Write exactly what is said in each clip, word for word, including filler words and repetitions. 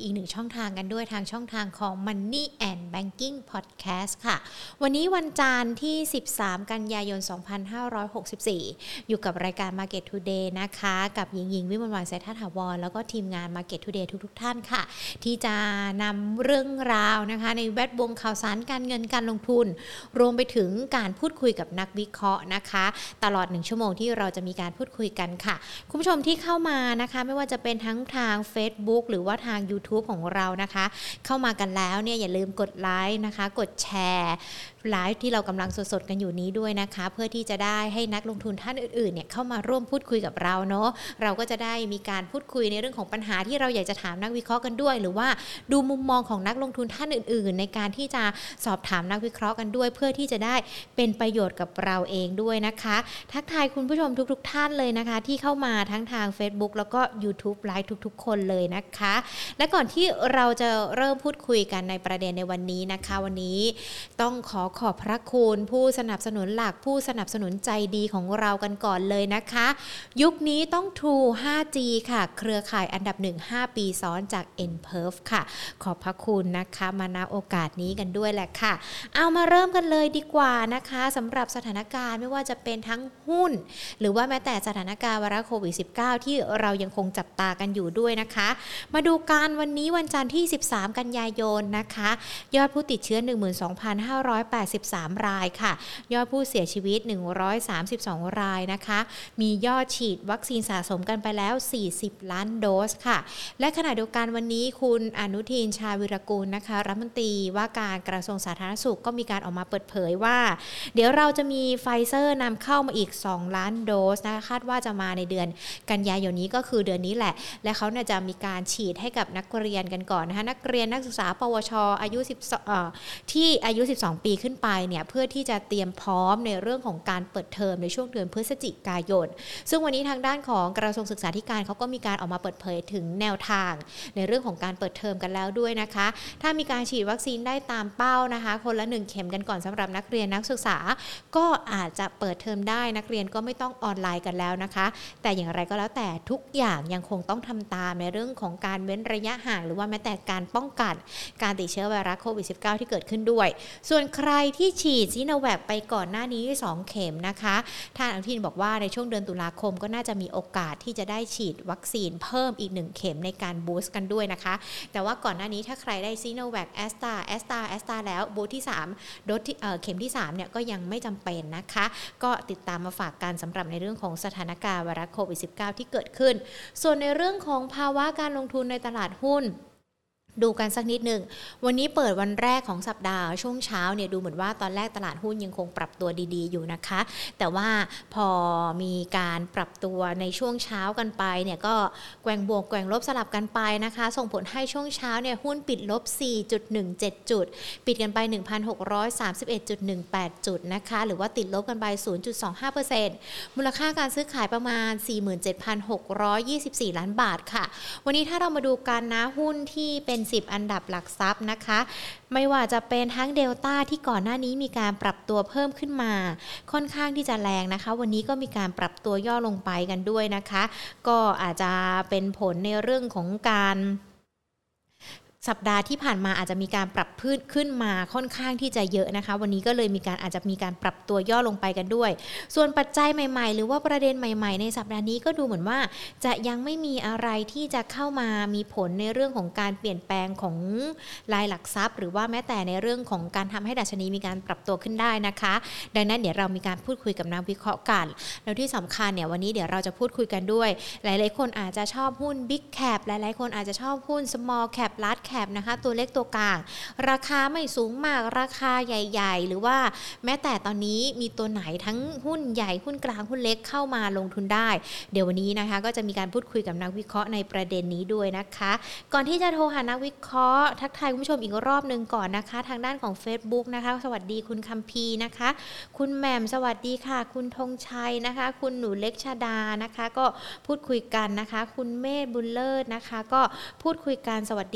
อีกหนึ่งช่องทางกันด้วยทางช่องทางของ Money and Banking Podcast ค่ะวันนี้วันจันทร์ที่สิบสามกันยายนสองพันห้าร้อยหกสิบสี่อยู่กับรายการ Market Today นะคะกับหญิงหญิงวิมลวรรณ ไสยถาวรแล้วก็ทีมงาน Market Today ทุกๆท่านค่ะที่จะนำเรื่องราวนะคะในแวดวงข่าวสารการเงินการลงทุนรวมไปถึงการพูดคุยกับนักวิเคราะห์นะคะตลอดหนึ่งชั่วโมงที่เราจะมีการพูดคุยกันค่ะคุณผู้ชมที่เข้ามานะคะไม่ว่าจะเป็นทั้งทาง Facebook หรือว่าทาง YouTube ของเรานะคะเข้ามากันแล้วเนี่ยอย่าลืมกดไลค์นะคะกดแชร์ไลฟ์ที่เรากำลังสดๆกันอยู่นี้ด้วยนะคะเพื่อที่จะได้ให้นักลงทุนท่านอื่นๆเนี่ยเข้ามาร่วมพูดคุยกับเราเนาะเราก็จะได้มีการพูดคุยในเรื่องของปัญหาที่เราอยากจะถามนักวิเคราะห์กันด้วยหรือว่าดูมุมมองของนักลงทุนท่านอื่นๆในการที่จะสอบถามนักวิเคราะห์กันด้วยเพื่อที่จะได้เป็นประโยชน์กับเราเองด้วยนะคะทักทายคุณผู้ชมทุกๆท่านเลยนะคะที่เข้ามาทั้งทาง Facebook แล้วก็ YouTube ไลฟ์ทุกๆคนเลยนะคะและก่อนที่เราจะเริ่มพูดคุยกันในประเด็นในวันนี้นะคะวันนี้ต้องขอขอบพระคุณผู้สนับสนุนหลักผู้สนับสนุนใจดีของเรากันก่อนเลยนะคะยุคนี้ต้อง True ไฟว์จี ค่ะเครือข่ายอันดับหนึ่ง ห้าปีซ้อนจาก เอ็น พี อี อาร์ วี ค่ะขอบพระคุณนะคะมาณโอกาสนี้กันด้วยแหละค่ะเอามาเริ่มกันเลยดีกว่านะคะสำหรับสถานการณ์ไม่ว่าจะเป็นทั้งหุ้นหรือว่าแม้แต่สถานการณ์ไวรัสโควิด สิบเก้า ที่เรายังคงจับตากันอยู่ด้วยนะคะมาดูกันวันนี้วันจันทร์ที่สิบสามกันยายนนะคะยอดผู้ติดเชื้อ หนึ่งหมื่นสองพันห้าร้อยแปดสิบสาม รายค่ะยอดผู้เสียชีวิตหนึ่งร้อยสามสิบสองรายนะคะมียอดฉีดวัคซีนสะสมกันไปแล้วสี่สิบล้านโดสค่ะและขณะเดียวกันวันนี้คุณอนุทินชาญวิรากูลนะคะรัฐมนตรีว่าการกระทรวงสาธารณสุขก็มีการออกมาเปิดเผยว่าเดี๋ยวเราจะมีไฟเซอร์นำเข้ามาอีกสองล้านโดสนะคะคาดว่าจะมาในเดือนกันยายนนี้ก็คือเดือนนี้แหละและเขาเนี่ยจะมีการฉีดให้กับนักเรียนกันก่อนนะคะนักเรียนนักศึกษาปวชอายุสิบเอ่อที่อายุสิบสองปีขึ้นไปเนี่ยเพื่อที่จะเตรียมพร้อมในเรื่องของการเปิดเทอมในช่วงเดือนพฤศจิกายนซึ่งวันนี้ทางด้านของกระทรวงศึกษาธิการเขาก็มีการออกมาเปิดเผยถึงแนวทางในเรื่องของการเปิดเทอมกันแล้วด้วยนะคะถ้ามีการฉีดวัคซีนได้ตามเป้านะคะคนละหนึ่งเข็มกันก่อนสำหรับนักเรียนนักศึกษาก็อาจจะเปิดเทอมได้นักเรียนก็ไม่ต้องออนไลน์กันแล้วนะคะแต่อย่างไรก็แล้วแต่ทุกอย่างยังคงต้องทำตามในเรื่องของการเว้นระยะห่างหรือว่าแม้แต่การป้องกันการติดเชื้อไวรัสโควิด สิบเก้า ที่เกิดขึ้นด้วยส่วนใครที่ฉีดซิโนแวคไปก่อนหน้านี้สองเข็มนะคะท่านอนุทินบอกว่าในช่วงเดือนตุลาคมก็น่าจะมีโอกาสที่จะได้ฉีดวัคซีนเพิ่มอีกหนึ่งเข็มในการบูสต์กันด้วยนะคะแต่ว่าก่อนหน้านี้ถ้าใครได้ซิโนแวคแอสตราแอสตราแอสตราแล้วบูสต์ที่สามโดสที่เอ่อเข็มที่สามเนี่ยก็ยังไม่จำเป็นนะคะก็ติดตามมาฝากกันสำหรับในเรื่องของสถานการณ์ไวรัสโควิด สิบเก้า ที่เกิดขึ้นส่วนในเรื่องของภาวะการลงทุนในตลาดหุ้นดูกันสักนิดหนึ่งวันนี้เปิดวันแรกของสัปดาห์ช่วงเช้าเนี่ยดูเหมือนว่าตอนแรกตลาดหุ้นยังคงปรับตัวดีๆอยู่นะคะแต่ว่าพอมีการปรับตัวในช่วงเช้ากันไปเนี่ยก็แกว่งบวกแกว่งลบสลับกันไปนะคะส่งผลให้ช่วงเช้าเนี่ยหุ้นปิดลบ สี่จุดหนึ่งเจ็ด จุดปิดกันไป หนึ่งพันหกร้อยสามสิบเอ็ดจุดหนึ่งแปด จุดนะคะหรือว่าติดลบกันไป ศูนย์จุดสองห้าเปอร์เซ็นต์ มูลค่าการซื้อขายประมาณ สี่หมื่นเจ็ดพันหกร้อยยี่สิบสี่ ล้านบาทค่ะวันนี้ถ้าเรามาดูกันนะหุ้นที่เป็นสิบอันดับหลักทรัพย์นะคะไม่ว่าจะเป็นทั้งเดลต้าที่ก่อนหน้านี้มีการปรับตัวเพิ่มขึ้นมาค่อนข้างที่จะแรงนะคะวันนี้ก็มีการปรับตัวย่อลงไปกันด้วยนะคะก็อาจจะเป็นผลในเรื่องของการสัปดาห์ที่ผ่านมาอาจจะมีการปรับพื้นขึ้นมาค่อนข้างที่จะเยอะนะคะวันนี้ก็เลยมีการอาจจะมีการปรับตัวย่อลงไปกันด้วยส่วนปัจจัยใหม่ๆหรือว่าประเด็นใหม่ๆในสัปดาห์นี้ก็ดูเหมือนว่าจะยังไม่มีอะไรที่จะเข้ามามีผลในเรื่องของการเปลี่ยนแปลงของรายหลักทรัพย์หรือว่าแม้แต่ในเรื่องของการทำให้ดัชนีมีการปรับตัวขึ้นได้นะคะดังนั้นเดี๋ยวเรามีการพูดคุยกับนักวิเคราะห์กันแล้วที่สำคัญเนี่ยวันนี้เดี๋ยวเราจะพูดคุยกันด้วยหลายๆคนอาจจะชอบหุ้น Big Cap หลายๆคนอาจจะชอบหุ้น Small Cap Large Cap นะคะตัวเล็กตัวกลางราคาไม่สูงมากราคาใหญ่ๆหรือว่าแม้แต่ตอนนี้มีตัวไหนทั้งหุ้นใหญ่หุ้นกลางหุ้นเล็กเข้ามาลงทุนได้เดี๋ยววันนี้นะคะก็จะมีการพูดคุยกับนักวิเคราะห์ในประเด็นนี้ด้วยนะคะก่อนที่จะโทรหานักวิเคราะห์ทักทายคุณผู้ชมอีกรอบนึงก่อนนะคะทางด้านของ Facebook นะคะสวัสดีคุณคัมพีนะคะคุณแหม่มสวัสดีค่ะคุณธงชัยนะคะคุณหนูเล็กชดานะคะก็พูดคุยกันนะคะคุณเมธบุญเลิศนะคะก็พูดคุยกันสวัสดีทุก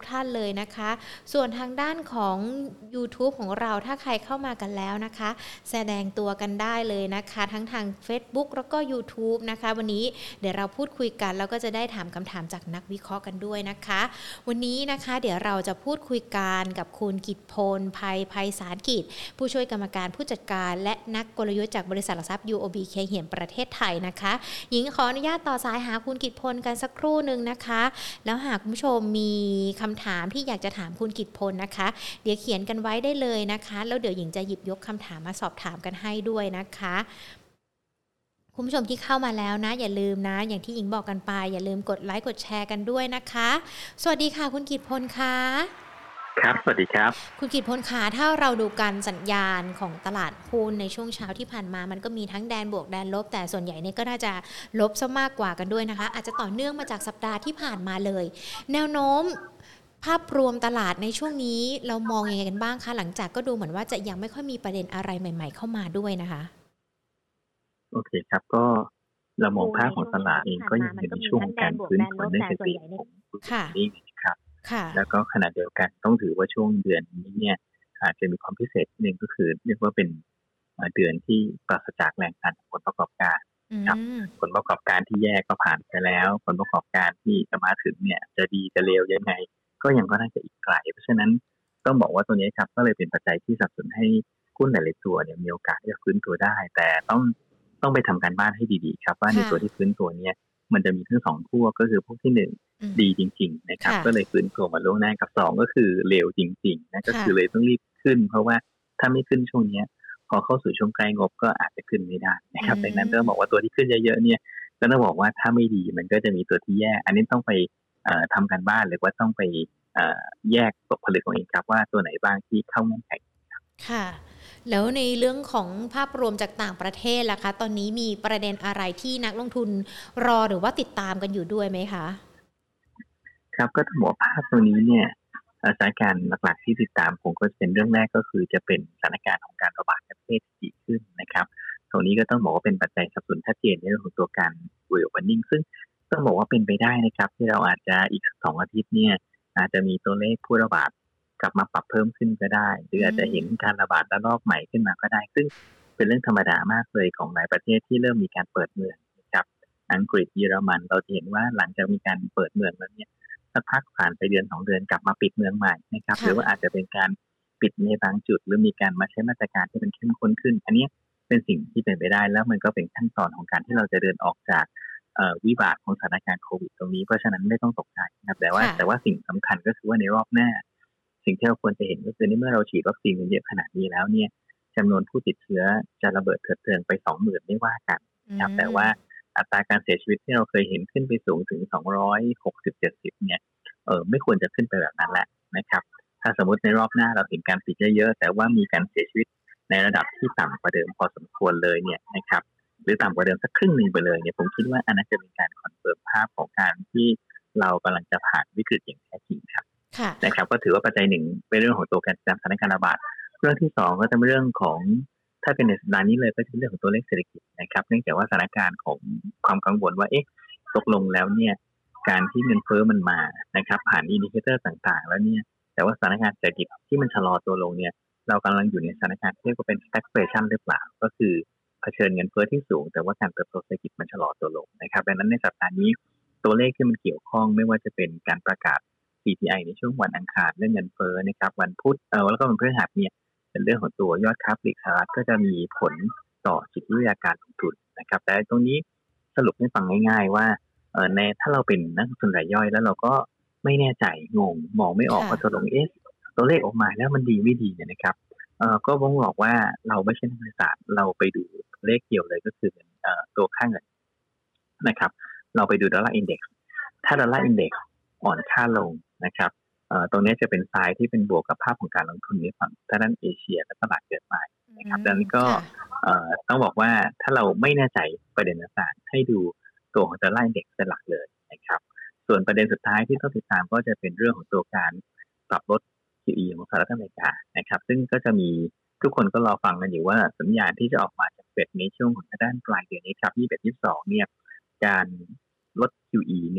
ท่านเลยนะคะส่วนทางด้านของ YouTube ของเราถ้าใครเข้ามากันแล้วนะคะแสดงตัวกันได้เลยนะคะทั้งทาง Facebook แล้วก็ YouTube นะคะวันนี้เดี๋ยวเราพูดคุยกันแล้วก็จะได้ถามคำถามจากนักวิเคราะห์กันด้วยนะคะวันนี้นะคะเดี๋ยวเราจะพูดคุยกันกับคุณกิตพลไพไพศาลกิจผู้ช่วยกรรมการผู้จัดการและนักกลยุทธ์จากบริษัทหลักทรัพย์ ยู โอ บี เคเหียนประเทศไทยนะคะหญิงขออนุญาตต่อสายหาคุณกิตพลกันสักครู่นึงนะคะแล้วหากคุณผู้ชมมีคำถามที่อยากจะถามคุณกิตพลนะคะเดี๋ยวเขียนกันไว้ได้เลยนะคะแล้วเดี๋ยวหญิงจะหยิบยกคำถามมาสอบถามกันให้ด้วยนะคะคุณผู้ชมที่เข้ามาแล้วนะอย่าลืมนะอย่างที่หญิงบอกกันไปอย่าลืมกดไลค์กดแชร์กันด้วยนะคะสวัสดีค่ะคุณกิตพลค่ะครับสวัสดีครับคุณกิตพลคะถ้าเราดูการสัญญาณของตลาดหุ้นในช่วงเช้าที่ผ่านมามันก็มีทั้งแดนบวกแดนลบแต่ส่วนใหญ่เนี่ยก็น่าจะลบซะมากกว่ากันด้วยนะคะอาจจะต่อเนื่องมาจากสัปดาห์ที่ผ่านมาเลยแนวโน้มภาพรวมตลาดในช่วงนี้เรามองยังไงกันบ้างคะหลังจากก็ดูเหมือนว่าจะยังไม่ค่อยมีประเด็นอะไรใหม่ๆเข้ามาด้วยนะคะโอเคครับก็เรามองภาพของตลาดเองก็ยังอยู่ในช่วงของการฟื้นตัวเนื่องจากปีของนี้นะครับแล้วก็ขณะเดียวกันต้องถือว่าช่วงเดือนนี้เนี่ยอาจจะมีความพิเศษนึงก็คือเรียกว่าเป็นเดือนที่ปราศจากแรงกดดันผลประกอบการครับผลประกอบการที่แย่ก็ผ่านไปแล้วผลประกอบการที่จะมาถึงเนี่ยจะดีจะเลวยังไงก็ยังก็น่าจะอีกไกลเพราะฉะนั้นต้องบอกว่าตัวนี้ครับก็เลยเป็นปัจจัยที่สนับสนุนให้หุ้นหลายๆตัวเนี่ยมีโอกาสจะฟื้นตัวได้แต่ต้องต้องไปทำการบ้านให้ดีๆครับว่าในตัวที่ฟื้นตัวเนี่ยมันจะมีทั้งสองพวกก็คือพวกที่หนึ่งดีจริงๆนะครับก็เลยฟื้นตัวมาล่วงหน้ากับสองก็คือเลวจริงๆนะก็คือเลยต้องรีบขึ้นเพราะว่าถ้าไม่ขึ้นช่วงนี้พอเข้าสู่ช่วงใกล้งบก็อาจจะขึ้นไม่ได้นะครับดังนั้นต้องบอกว่าตัวที่ขึ้นเยอะๆเนี่ยก็ต้องบอกว่าถ้าไม่ดีมันก็จะมีตัวที่แย่อันนี้ต้องไปทำการบ้านหรือว่าต้องไปแยกตกผลึกของเองครับว่าตัวไหนบ้างที่เข้าเงื่อนไขค่ะแล้วในเรื่องของภาพรวมจากต่างประเทศล่ะคะตอนนี้มีประเด็นอะไรที่นักลงทุนรอหรือว่าติดตามกันอยู่ด้วยไหมคะครับก็ต้องบอกภาพตรงนี้เนี่ยสถานการณ์หลักๆที่ติดตามผมก็จะเป็นเรื่องแรกก็คือจะเป็นสถานการณ์ของการระบาดในประเทศที่ดีขึ้นนะครับตรงนี้ก็ต้องบอกว่าเป็นปัจจัยสนับสนุนชัดเจนในเรื่องของตัวการ reopening ซึ่งต้องบอกว่าเป็นไปได้นะครับที่เราอาจจะอีกสองอาทิตย์เนี่ยอาจจะมีตัวเลขผู้ระบาดกลับมาปรับเพิ่มขึ้นก็ได้หรืออาจจะเห็นการระบาดระลอกใหม่ขึ้นมาก็ได้ซึ่งเป็นเรื่องธรรมดามากเลยของหลายประเทศที่เริ่มมีการเปิดเมืองนะครับอังกฤษเยอรมันเราจะเห็นว่าหลังจากมีการเปิดเมืองแล้วเนี่ยสักพักผ่านไปเดือนสองเดือนกลับมาปิดเมืองใหม่นะครับหรือว่าอาจจะเป็นการปิดในบางจุดหรือมีการมาใช้มาตรการที่มันเข้มข้นขึ้นอันนี้เป็นสิ่งที่เป็นไปได้แล้วมันก็เป็นขั้นตอนของการที่เราจะเดินออกจากวิบากของสถานการณ์โควิดตรงนี้เพราะฉะนั้นไม่ต้องตกใจนะครับแต่ว่าแต่ว่าสิ่งสำคัญก็คือว่าในรอบหน้าสิ่งที่เราควรจะเห็นก็คือในเมื่อเราฉีดวัคซีนกันเยอะขนาดนี้แล้วเนี่ยจำนวนผู้ติดเชื้อจะระเบิดเถิดเทิงไป สองหมื่น ไม่ว่ากันนะครับแต่ว่าอัตราการเสียชีวิตที่เราเคยเห็นขึ้นไปสูงถึงสองร้อยหกสิบ เจ็ดสิบเนี่ยเออไม่ควรจะขึ้นไปแบบนั้นแหละนะครับถ้าสมมติในรอบหน้าเราเห็นการติดเยอะๆแต่ว่ามีการเสียชีวิตในระดับที่ต่ำกว่าเดิมพอสมควรเลยเนี่ยนะครับหรือต่ำกว่าเดิมสักครึ่งนึงไปเลยเนี่ยผมคิดว่าอันนั้นจะเป็นการคอนเฟิร์มภาพของการที่เรากำลังจะผ่านวิกฤตอย่างแท้จริงครับนะครับก็ถือว่าปัจจัยหนึ่งเป็นเรื่องของตัวการจัดสถานการณ์ระบาดเรื่องที่สองก็จะเป็นเรื่องของถ้าเป็นในสัปดาห์นี้เลยก็เป็นเรื่องของตัวเลขเศรษฐกิจนะครับเนื่องจากว่าสถานการณ์ของความกังวลว่าเอ๊ะตกลงแล้วเนี่ยการที่เงินเฟ้อมันมานะครับผ่านอินดิเคเตอร์ต่างๆแล้วเนี่ยแต่ว่าสถานการณ์เศรษฐกิจที่มันชะลอตัวลงเนี่ยเรากำลังอยู่ในสถานการณ์ที่เรียกว่าเป็น stagflation หรือเปล่าก็คือเผชิญเงินเฟ้อที่สูงแต่ว่าการเติบโตเศรษฐกิจมันชะลอตัวลงนะครับดังนั้นในสัปดาห์นี้ตัวเลขที่มันเกี่ยวข้องไม่ว่าจะเป็นการประกาศ ซี พี ไอ ในช่วงวันอังคารเรื่องเงินเฟ้อนะครับวันพุธเอ่อแล้วก็วันพฤหัสเนี่ยเป็นเรื่องของตัวยอดค้าปลีกสหรัฐก็จะมีผลต่อจิตวิทยาการลงทุนนะครับแต่ตรงนี้สรุปให้ฟังง่ายๆว่าเอ่อในถ้าเราเป็นนักลงทุนรายย่อยแล้วเราก็ไม่แน่ใจงงมองไม่ออกว่าตกลงเอ๊ะตัวเลขออกมาแล้วมันดีไม่ดีเนี่ยนะครับเอ่อก็ต้องบอกว่าเราไม่ใช่นักวิทยาศาสตร์เราไปดูเลขเดียวเลยก็คือเอ่อตัวค่าเงินนะครับเราไปดูดอลลาร์อินเด็กซ์ถ้าดอลลาร์อินเด็กซ์อ่อนค่าลงนะครับเอ่อตรงนี้จะเป็นทรายที่เป็นบวกกับภาพของการลงทุนในฝั่งทางด้านเอเชียและตลาดเกิดใหม่นะครับดังนั้นก็เอ่อต้องบอกว่าถ้าเราไม่แน่ใจประเด็นต่างๆให้ดูตัวของดอลลาร์อินเด็กซ์เป็นหลักเลยนะครับส่วนประเด็นสุดท้ายที่ต้องติดตามก็จะเป็นเรื่องของตัวการปรับลด คิว อี ของสหรัฐอเมริกานะครับซึ่งก็จะมีทุกคนก็รอฟังกันอยู่ว่าสัญญาณที่จะออกมาจากเฟดในช่วงของด้านปลายเดือนนี้ครับยี่สิบเอ็ด ยี่สิบสองเนี่ยการลด คิว อี เนี่ย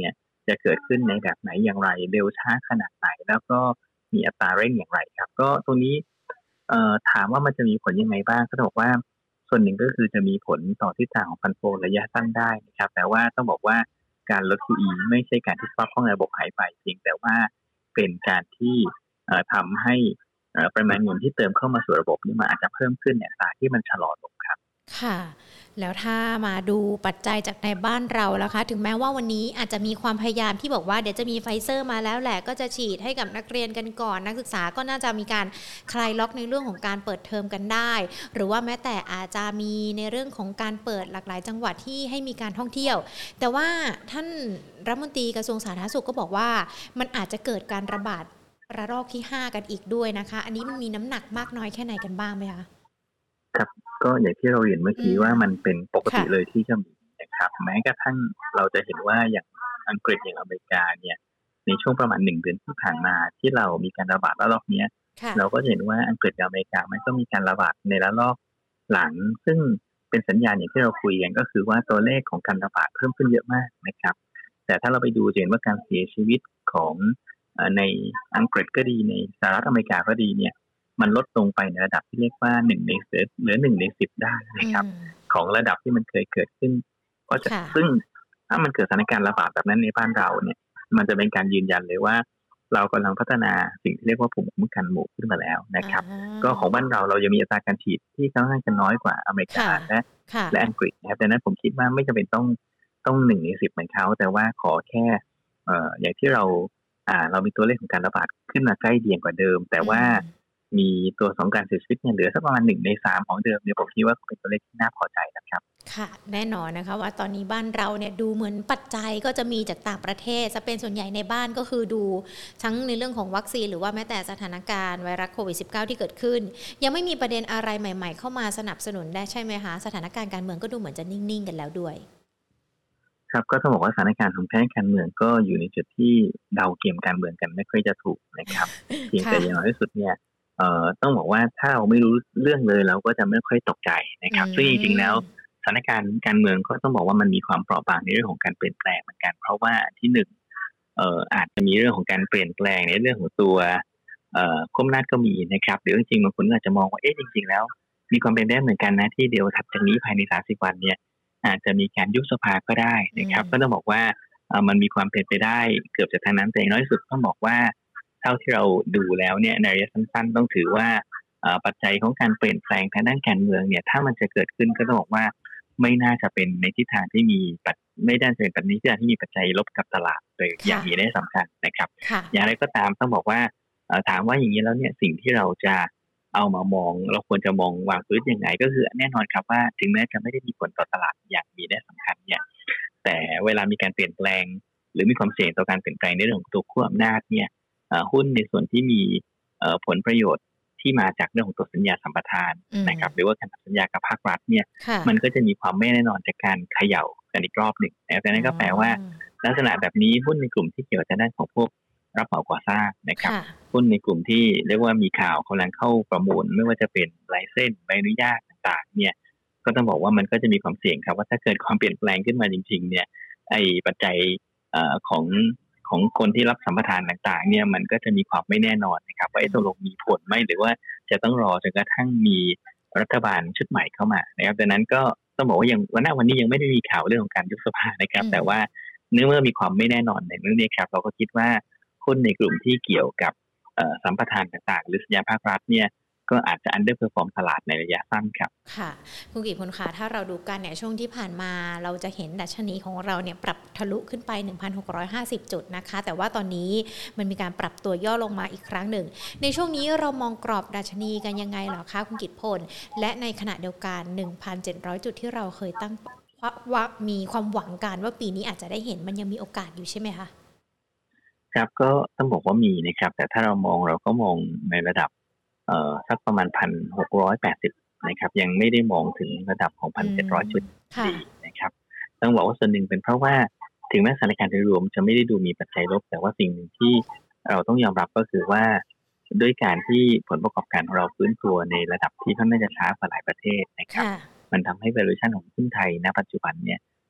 จะเกิดขึ้นในแบบไหนอย่างไรเร็วช้าขนาดไหนแล้วก็มีอัตราเร่งอย่างไรครับก็ตรงนี้เอ่อถามว่ามันจะมีผลยังไงบ้างก็ต้องบอกว่าส่วนหนึ่งก็คือจะมีผลต่อทิศทางของฟันโฟระยะสั้นได้นะครับแต่ว่าต้องบอกว่าการลด คิว อี ไม่ใช่การที่สภาพคล่องในระบบหายไปเพียงแต่ว่าเป็นการที่ทำให้ปริมาณเงินที่เติมเข้ามาสู่ระบบนี่มันอาจจะเพิ่มขึ้นในอัตราที่มันชะลอลงครับค่ะแล้วถ้ามาดูปัจจัยจากในบ้านเราแล้วคะถึงแม้ว่าวันนี้อาจจะมีความพยายามที่บอกว่าเดี๋ยวจะมีไฟเซอร์มาแล้วแหละก็จะฉีดให้กับนักเรียนกันก่อนนักศึกษาก็น่าจะมีการคลายล็อกในเรื่องของการเปิดเทอมกันได้หรือว่าแม้แต่อาจจะมีในเรื่องของการเปิดหลากหลายจังหวัดที่ให้มีการท่องเที่ยวแต่ว่าท่านรัฐมนตรีกระทรวงสาธารณสุขก็บอกว่ามันอาจจะเกิดการระบาดระลอกที่ห้ากันอีกด้วยนะคะอันนี้มันมีน้ำหนักมากน้อยแค่ไหนกันบ้างไหมคะครับก็อย่างที่เราเห็นเมื่อกี้ว่ามันเป็นปกติเลยที่จะมีนะครับแม้กระทั่งเราจะเห็นว่าอย่างอังกฤษอย่างอเมริกาเนี่ยในช่วงประมาณหนึ่งเดือนที่ผ่านมาที่เรามีการระบาดระลอกนี้เราก็เห็นว่าอังกฤษกับอเมริกามันก็มีการระบาดในระลอกหลังซึ่งเป็นสัญญาณอย่างที่เราคุยกันก็คือว่าตัวเลขของการระบาดเพิ่มขึ้นเยอะมากนะครับแต่ถ้าเราไปดูจะเห็นว่าการเสียชีวิตของในอังกฤษก็ดีในสหรัฐอเมริกาก็ดีเนี่ยมันลดลงไปในระดับที่เรียกว่าหนึ่งในสิบเหลือหนึ่งในสิบได้นะครับของระดับที่มันเคยเกิดขึ้นเพราะซึ่งถ้ามันเกิดสถานการณ์ระบาดแบบนั้นในบ้านเราเนี่ยมันจะเป็นการยืนยันเลยว่าเรากำลังพัฒนาสิ่งที่เรียกว่าภูมิคุ้มกันหมู่ขึ้นมาแล้วนะครับก็ของบ้านเราเรายังมีอัตราการฉีดที่ค่อนข้างจะน้อยกว่าอเมริกาและและอังกฤษนะครับดังนั้นผมคิดว่าไม่จำเป็นต้องต้องหนึ่งในสิบเหมือนเขาแต่ว่าขอแค่เอ่ออย่างที่เราอ่าเรามีตัวเลขของการระบาดขึ้นมาใกล้เคียงกว่าเดิมแต่ว่ามีตัวของการเสียชีวิตเนี่ยเหลือสักประมาณหนึ่งในสามของเดิมเนี่ยผมคิดว่าเป็นตัวเลขที่น่าพอใจนะครับค่ะแน่นอนนะคะว่าตอนนี้บ้านเราเนี่ยดูเหมือนปัจจัยก็จะมีจากต่างประเทศจะเป็นส่วนใหญ่ในบ้านก็คือดูทั้งในเรื่องของวัคซีนหรือว่าแม้แต่สถานการณ์ไวรัสโควิด สิบเก้า ที่เกิดขึ้นยังไม่มีประเด็นอะไรใหม่ๆเข้ามาสนับสนุนได้ใช่ไหมคะสถานการณ์การเมืองก็ดูเหมือนจะนิ่งๆกันแล้วด้วยครับก็ต้องบอกว่าสถานการณ์ของแพทย์การเมืองก็อยู่ในจุดที่เดาเกมการเมืองกันไม่ค่อยจะถูกนะครับเพียงแต่อย่างน้อยที่สุดเนี่ยเอ่อต้องบอกว่าถ้าเราไม่รู้เรื่องเลยเราก็จะไม่ค่อยตกใจนะครับซึ่งจริงๆแล้วสถานการณ์การเมืองก็ต้องบอกว่ามันมีความเปราะบางในเรื่องของการเปลี่ยนแปลงเหมือนกันเพราะว่าที่หนึ่งเอ่ออาจจะมีเรื่องของการเปลี่ยนแปลงในเรื่องของตัวเอ่อข้อมนาจก็มีนะครับหรือจริงๆบางคนอาจจะมองว่าเอ๊ะจริงๆแล้วมีความเป็นไปได้เหมือนกันนะที่เดี๋ยวถัดจากนี้ภายในสามสิบวันเนี่ยอาจจะมีการยุบสภาก็ได้นะครับก็ต้องบอกว่ามันมีความเป็นไปได้เกือบจะทางนั้นแต่อย่างน้อยที่สุดต้องบอกว่าเท่าที่เราดูแล้วเนี่ยในระยะสั้นๆต้องถือว่าปัจจัยของการเปลี่ยนแปลงทางด้านการเมืองเนี่ยถ้ามันจะเกิดขึ้นก็ต้องบอกว่าไม่น่าจะเป็นในทิศทางที่มีไม่ได้เป็นแบบนี้ที่ที่มีปัจจัยลบกับตลาดเลยอย่างนี้ได้สำคัญนะครับอย่างไรก็ตามต้องบอกว่าถามว่าอย่างนี้แล้วเนี่ยสิ่งที่เราจะเอามามองเราควรจะมองวางพื้นยังไงก็คือแน่นอนครับว่าถึงแม้จะไม่ได้มีผลต่อตลาดอย่างมีได้สำคัญเนี่ยแต่เวลามีการเปลี่ยนแปลงหรือมีความเสี่ยงต่อการเปลี่ยนแปลงในเรื่องของตัวขั้วอำนาจเนี่ยหุ้นในส่วนที่มีผลประโยชน์ที่มาจากเรื่องของตัวสัญญาสัมปทานนะครับหรือว่าการสัญญากับภาครัฐเนี่ยมันก็จะมีความไม่แน่นอนจากการเขย่ากันอีกรอบหนึ่งนะดังนั้นก็แปลว่าลักษณะแบบนี้หุ้นในกลุ่มที่เกี่ยวกับด้านของพวกรับเหมาก่อสร้างนะครับหุ้นในกลุ่มที่เรียกว่ามีข่าวกำลังเข้าประมูลไม่ว่าจะเป็นไลเซนส์ใบอนุญาตต่างๆเนี่ยก็ต้องบอกว่ามันก็จะมีความเสี่ยงครับว่าถ้าเกิดความเปลี่ยนแปลงขึ้นมาจริงๆเนี่ยไอ้ปัจจัยเอ่อของของคนที่รับสัมปทานต่างๆเนี่ยมันก็จะมีความไม่แน่นอนนะครับว่าไอ้ตกลงมีผลไหมหรือว่าจะต้องรอจนกระทั่งมีรัฐบาลชุดใหม่เข้ามานะครับดังนั้นก็ต้องบอกว่ายังวันนี้วันนี้ยังไม่ได้มีข่าวเรื่องของการยุบสภานะครับแต่ว่าเนื่องเมื่อมีความไม่แน่นอนในเรื่องนี้ครับเราก็คิดว่าหุ้นในกลุ่มที่เกี่ยวกับสัมปทานต่างๆหรือสัญญาภาครัฐเนี่ยก็อาจจะอันเดอร์เพอร์ฟอร์มตลาดในระยะสั้นครับค่ะคุณกิตพลคะถ้าเราดูกันเนี่ยช่วงที่ผ่านมาเราจะเห็นดัชนีของเราเนี่ยปรับทะลุขึ้นไป หนึ่งพันหกร้อยห้าสิบ จุดนะคะแต่ว่าตอนนี้มันมีการปรับตัวย่อลงมาอีกครั้งหนึ่งในช่วงนี้เรามองกรอบดัชนีกันยังไงเหรอคะคุณกิตพลและในขณะเดียวกัน หนึ่งพันเจ็ดร้อย จุดที่เราเคยตั้งว่ามีความหวังกันว่าปีนี้อาจจะได้เห็นมันยังมีโอกาสอยู่ใช่ไหมคะครับก็ต้องบอกว่ามีนะครับแต่ถ้าเรามองเราก็มองในระดับเอ่อสักประมาณ หนึ่งพันหกร้อยแปดสิบ นะครับยังไม่ได้มองถึงระดับของ หนึ่งพันเจ็ดร้อย จุดดีนะครับต้องบอกว่าส่วนหนึ่งเป็นเพราะว่าถึงแม้สถานการณ์โดยรวมจะไม่ได้ดูมีปัจจัยลบแต่ว่าสิ่งหนึ่งที่เราต้องยอมรับก็คือว่าด้วยการที่ผลประกอบการของเราฟื้นตัวในระดับที่ค่อนข้างจะช้ากว่าหลายประเทศนะครับมันทำให้ valuation ของหุ้นไทยณปัจจุบันเนี่ย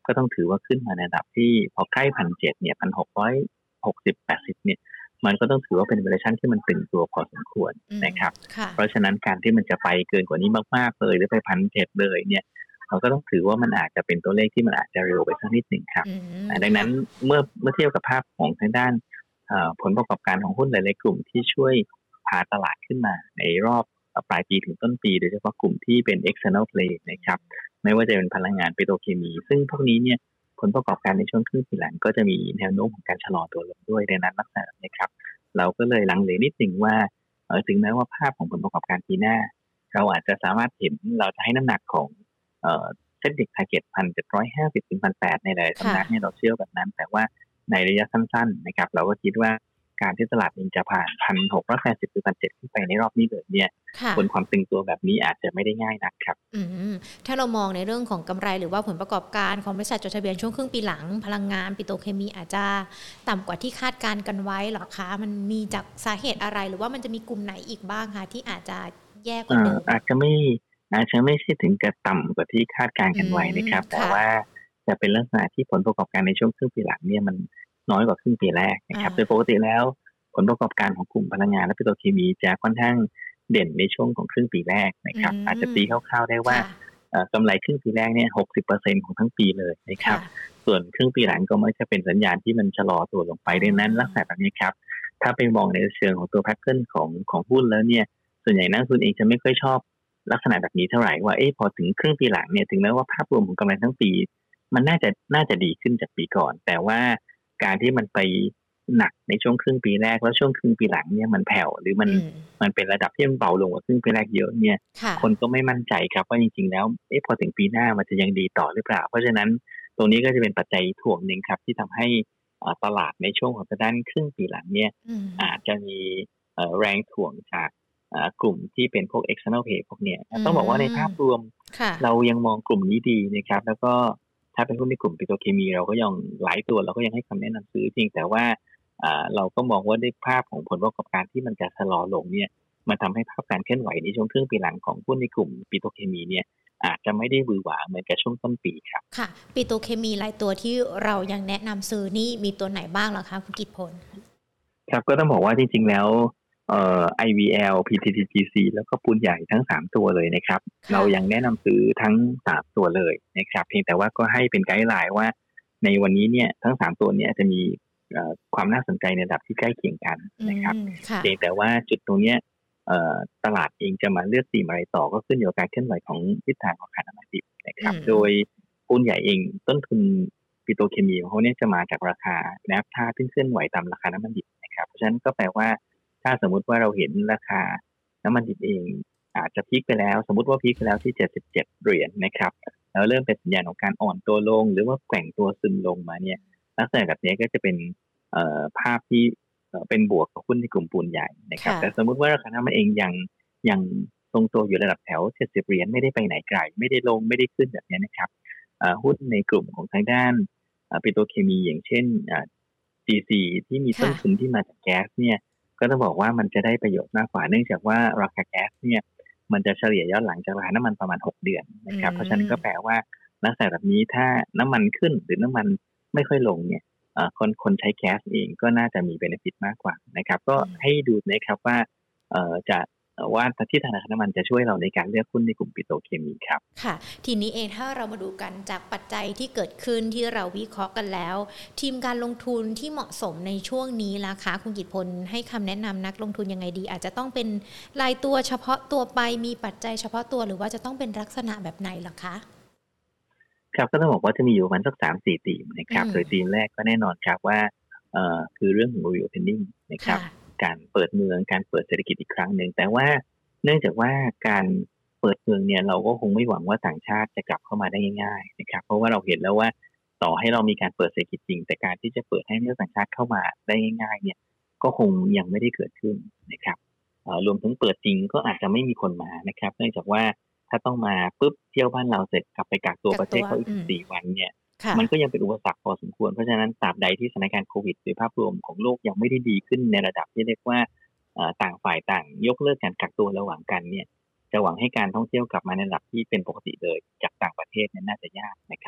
ก็ต้องถือว่าขึ้นมาในระดับที่พอใกล้ หนึ่งพันเจ็ดร้อย เนี่ย หนึ่งพันหกร้อยหกสิบ แปดสิบ เนี่ยมันก็ต้องถือว่าเป็น valuation ที่มันตึงตัวพอสมควรนะครับเพราะฉะนั้นการที่มันจะไปเกินกว่านี้มากๆเลยหรือไป หนึ่งพันเจ็ดร้อย เลยเนี่ยเราก็ต้องถือว่ามันอาจจะเป็นตัวเลขที่มันอาจจะเร็วไปสักนิดหนึ่งครับดังนั้นเมื่อเมื่อเทียบกับภาพของทางด้านผลประกอบการของหุ้นหลายๆกลุ่มที่ช่วยพาตลาดขึ้นมาในรอบปลายปีถึงต้นปีโดยเฉพาะกลุ่มที่เป็น external play นะครับไม่ว่าจะเป็นพลังงานปิโตรเคมีซึ่งพวกนี้เนี่ยผลประกอบการในช่วงครึ่งปีหลังก็จะมีแนวโน้มของการชะลอตัวลงด้วยดังนั้นลักษณะนี้ครับเราก็เลยลังเลนิดนึงว่าถึงแม้ว่าภาพของผลประกอบการปีหน้าเราอาจจะสามารถเห็นเราจะให้น้ำหนักของเซ็ตเด็กทาร์เก็ต หนึ่งพันเจ็ดร้อยห้าสิบ ถึง หนึ่งพันแปดร้อย ในหลายสำนักเนี่ยเราเชื่อแบบนั้นแต่ว่าในระยะสั้นๆนะครับเราก็คิดว่าการที่ตลาดเองจะผ่าน หนึ่งพันหกร้อยแปดสิบ หรือ หนึ่งพันเจ็ดร้อย ขึ้นไปในรอบนี้เลยเนี่ยบนความตึงตัวแบบนี้อาจจะไม่ได้ง่ายนักครับอืมถ้าเรามองในเรื่องของกำไรหรือว่าผลประกอบการของบริษัทจดทะเบียนช่วงครึ่งปีหลังพลังงานปิโตรเคมีอาจจะต่ำกว่าที่คาดการณ์กันไว้หรอคะมันมีจากสาเหตุอะไรหรือว่ามันจะมีกลุ่มไหนอีกบ้างคะที่อาจจะแย่กว่าเดิมอาจจะไม่อาจจะไม่ใช่ถึงกับต่ำกว่าที่คาดการณ์กันไว้นะครับแต่ว่าจะเป็นลักษณะที่ผลประกอบการในช่วงครึ่งปีหลังเนี่ยมันน้อยกว่าครึ่งปีแรกนะครับโดยปกติแล้วผลประกอบการของกลุ่มพลังงานและปิโตรเคมีจะค่อนข้างเด่นในช่วงของครึ่งปีแรกนะครับอาจจะตีคร่าวๆได้ว่ากำไรครึ่งปีแรกเนี่ย หกสิบเปอร์เซ็นต์ ของทั้งปีเลยนะครับส่วนครึ่งปีหลังก็มักจะเป็นสัญญาณที่มันชะลอตัวลงไปดังนั้นลักษณะแบบนี้ครับถ้าไปมองในเชิงของตัวแพทเทิร์นของของหุ้นแล้วเนี่ยส่วนใหญ่นักลงทุนเองจะไม่ค่อยชอบลักษณะแบบนี้เท่าไหร่ว่าเอ๊ะพอถึงครึ่งปีหลังเนี่ยถึงแม้ว่าภาพรวมของกำไรทั้งปีมันน่าจะน่าจะดีขึ้นจากปีก่อนแต่ว่าการที่มันไปหนักในช่วงครึ่งปีแรกแล้วช่วงครึ่งปีหลังเนี่ยมันแผ่วหรือมันมันเป็นระดับที่มันเบาลงกว่าครึ่งปีแรกเยอะเนี่ยคนก็ไม่มั่นใจครับว่าจริงๆแล้วเอ๊ะพอถึงปีหน้ามันจะยังดีต่อหรือเปล่าเพราะฉะนั้นตรงนี้ก็จะเป็นปัจจัยถ่วงหนึ่งครับที่ทำให้ตลาดในช่วงของด้านครึ่งปีหลังเนี่ยอาจจะมีแรงถ่วงจากกลุ่มที่เป็นพวก external play พวกเนี้ยต้องบอกว่าในภาพรวมเรายังมองกลุ่มนี้ดีนะครับแล้วก็ถ้าเป็นหุ้นในกลุ่มปิโตรเคมีเราก็ยังหลายตัวเราก็ยังให้คำแนะนำซื้อจริงแต่ว่าเราก็มองว่าด้วยภาพของผลประกอบการที่มันจะชะลอลงเนี่ยมันทำให้ภาพการเคลื่อนไหวในช่วงครึ่งปีหลังของหุ้นในกลุ่มปิโตรเคมีเนี่ยอาจจะไม่ได้หวือหวาเหมือนกับช่วงต้นปีครับค่ะปิโตรเคมีหลายตัวที่เรายังแนะนำซื้อนี่มีตัวไหนบ้างเหรอคะคุณกิตพลครับก็ต้องบอกว่าจริงๆแล้วเอ่อ ไอ วี แอล พี ที ที จี ซี แล้วก็ปูนใหญ่ทั้งสามตัวเลยนะครับเรายังแนะนำซื้อทั้งสามตัวเลยนะครับเพียงแต่ว่าก็ให้เป็นไกด์ไลน์ว่าในวันนี้เนี่ยทั้งสามตัวเนี่ยจะมีความน่าสนใจในระดับที่ใกล้เคียงกันนะครับเพียงแต่ว่าจุดตรงเนี้ยตลาดเองจะมาเลือกธีมอะไรต่อก็ขึ้นอยู่กับการเคลื่อนไหวของทิศทางของราคาน้ำมันดิบนะครับโดยปูนใหญ่เองต้นทุนปิโตรเคมีของเขาเนี่ยจะมาจากราคาแนวท่าที่เคลื่อนไหวตามราคาน้ำมันดิบนะครับเพราะฉะนั้นก็แปลว่าถ้าสมมุติว่าเราเห็นราคาน้ำมันดิบเองอาจจะพีคไปแล้วสมมุติว่าพีคไปแล้วที่เจ็ดสิบเจ็ดเหรียญนะครับแล้วเริ่มเป็นสัญญาณของการอ่อนตัวลงหรือว่าแกว่งตัวซึมลงมาเนี่ยลักษณะแบบนี้ก็จะเป็นภาพที่เป็นบวกกับหุ้นในกลุ่มปูนใหญ่นะครับแต่สมมุติว่าราคาน้ำมันเองยังยังทรงตัวอยู่ระดับแถวเจ็ดสิบเหรียญไม่ได้ไปไหนไกลไม่ได้ลงไม่ได้ขึ้นแบบนี้นะครับหุ้นในกลุ่มของทางด้านปิโตรเคมีอย่างเช่น จี ซี ที่มีต้นทุนที่มาจากแก๊สเนี่ยก็ต้องบอกว่ามันจะได้ประโยชน์มากกว่าเนื่องจากว่าราคาแก๊สเนี่ยมันจะเฉลี่ยย้อนหลังจากราคาน้ำมันประมาณหกเดือนนะครับเพราะฉะนั้นก็แปลว่าลักษณะแบบนี้ถ้าน้ำมันขึ้นหรือน้ำมันไม่ค่อยลงเนี่ยคนคนใช้แก๊สเองก็น่าจะมีเบเนฟิตมากกว่านะครับก็ให้ดูนะครับว่าจะว่าที่ธนาคารน้ำมันจะช่วยเราในการเลือกหุ้นในกลุ่มปิโตรเคมีครับค่ะทีนี้เองถ้าเรามาดูกันจากปัจจัยที่เกิดขึ้นที่เราวิเคราะห์กันแล้วทีมการลงทุนที่เหมาะสมในช่วงนี้ล่ะคะคุณกิตพลให้คำแนะนำนักลงทุนยังไงดีอาจจะต้องเป็นรายตัวเฉพาะตัวไปมีปัจจัยเฉพาะตัวหรือว่าจะต้องเป็นลักษณะแบบไหนล่ะคะครับก็ต้องบอกว่าจะมีอยู่ประมาณสัก สามถึงสี่ ธีมนะครับโดยธีมแรกก็แน่นอนครับว่าเอ่อคือเรื่องของ reopening นะครับการเปิดเมืองการเปิดเศรษฐกิจอีกครั้งหนึ่งแต่ว่าเนื่องจากว่าการเปิดเมืองเนี่ยเราก็คงไม่หวังว่าต่างชาติจะกลับเข้ามาได้ง่ายๆนะครับเพราะว่าเราเห็นแล้วว่าต่อให้เรามีการเปิดเศรษฐกิจจริงแต่การที่จะเปิดให้นักต่างชาติเข้ามาได้ง่ายๆเนี่ยก็คงยังไม่ได้เกิดขึ้นนะครับรวมถึงเปิดจริงก็อาจจะไม่มีคนมานะครับเนื่องจากว่าถ้าต้องมาปุ๊บเที่ยวบ้านเราเสร็จกลับไปกักตัวประเทศเขาอีกสิบสี่วันเนี่ยมันก็ยังเป็นอุปสรรคพอสมควรเพราะฉะนั้นตราบใดที่สถานการณ์โควิดโดยภาพรวมของโลกยังไม่ได้ดีขึ้นในระดับที่เรียกว่าต่างฝ่ายต่างยกเลิกการกักตัวระหว่างกันเนี่ยจะหวังให้การท่องเที่ยวกลับมาในระดับที่เป็นปกติเลยจากต่างประเทศเนี่ยน่าจะยากนะครับ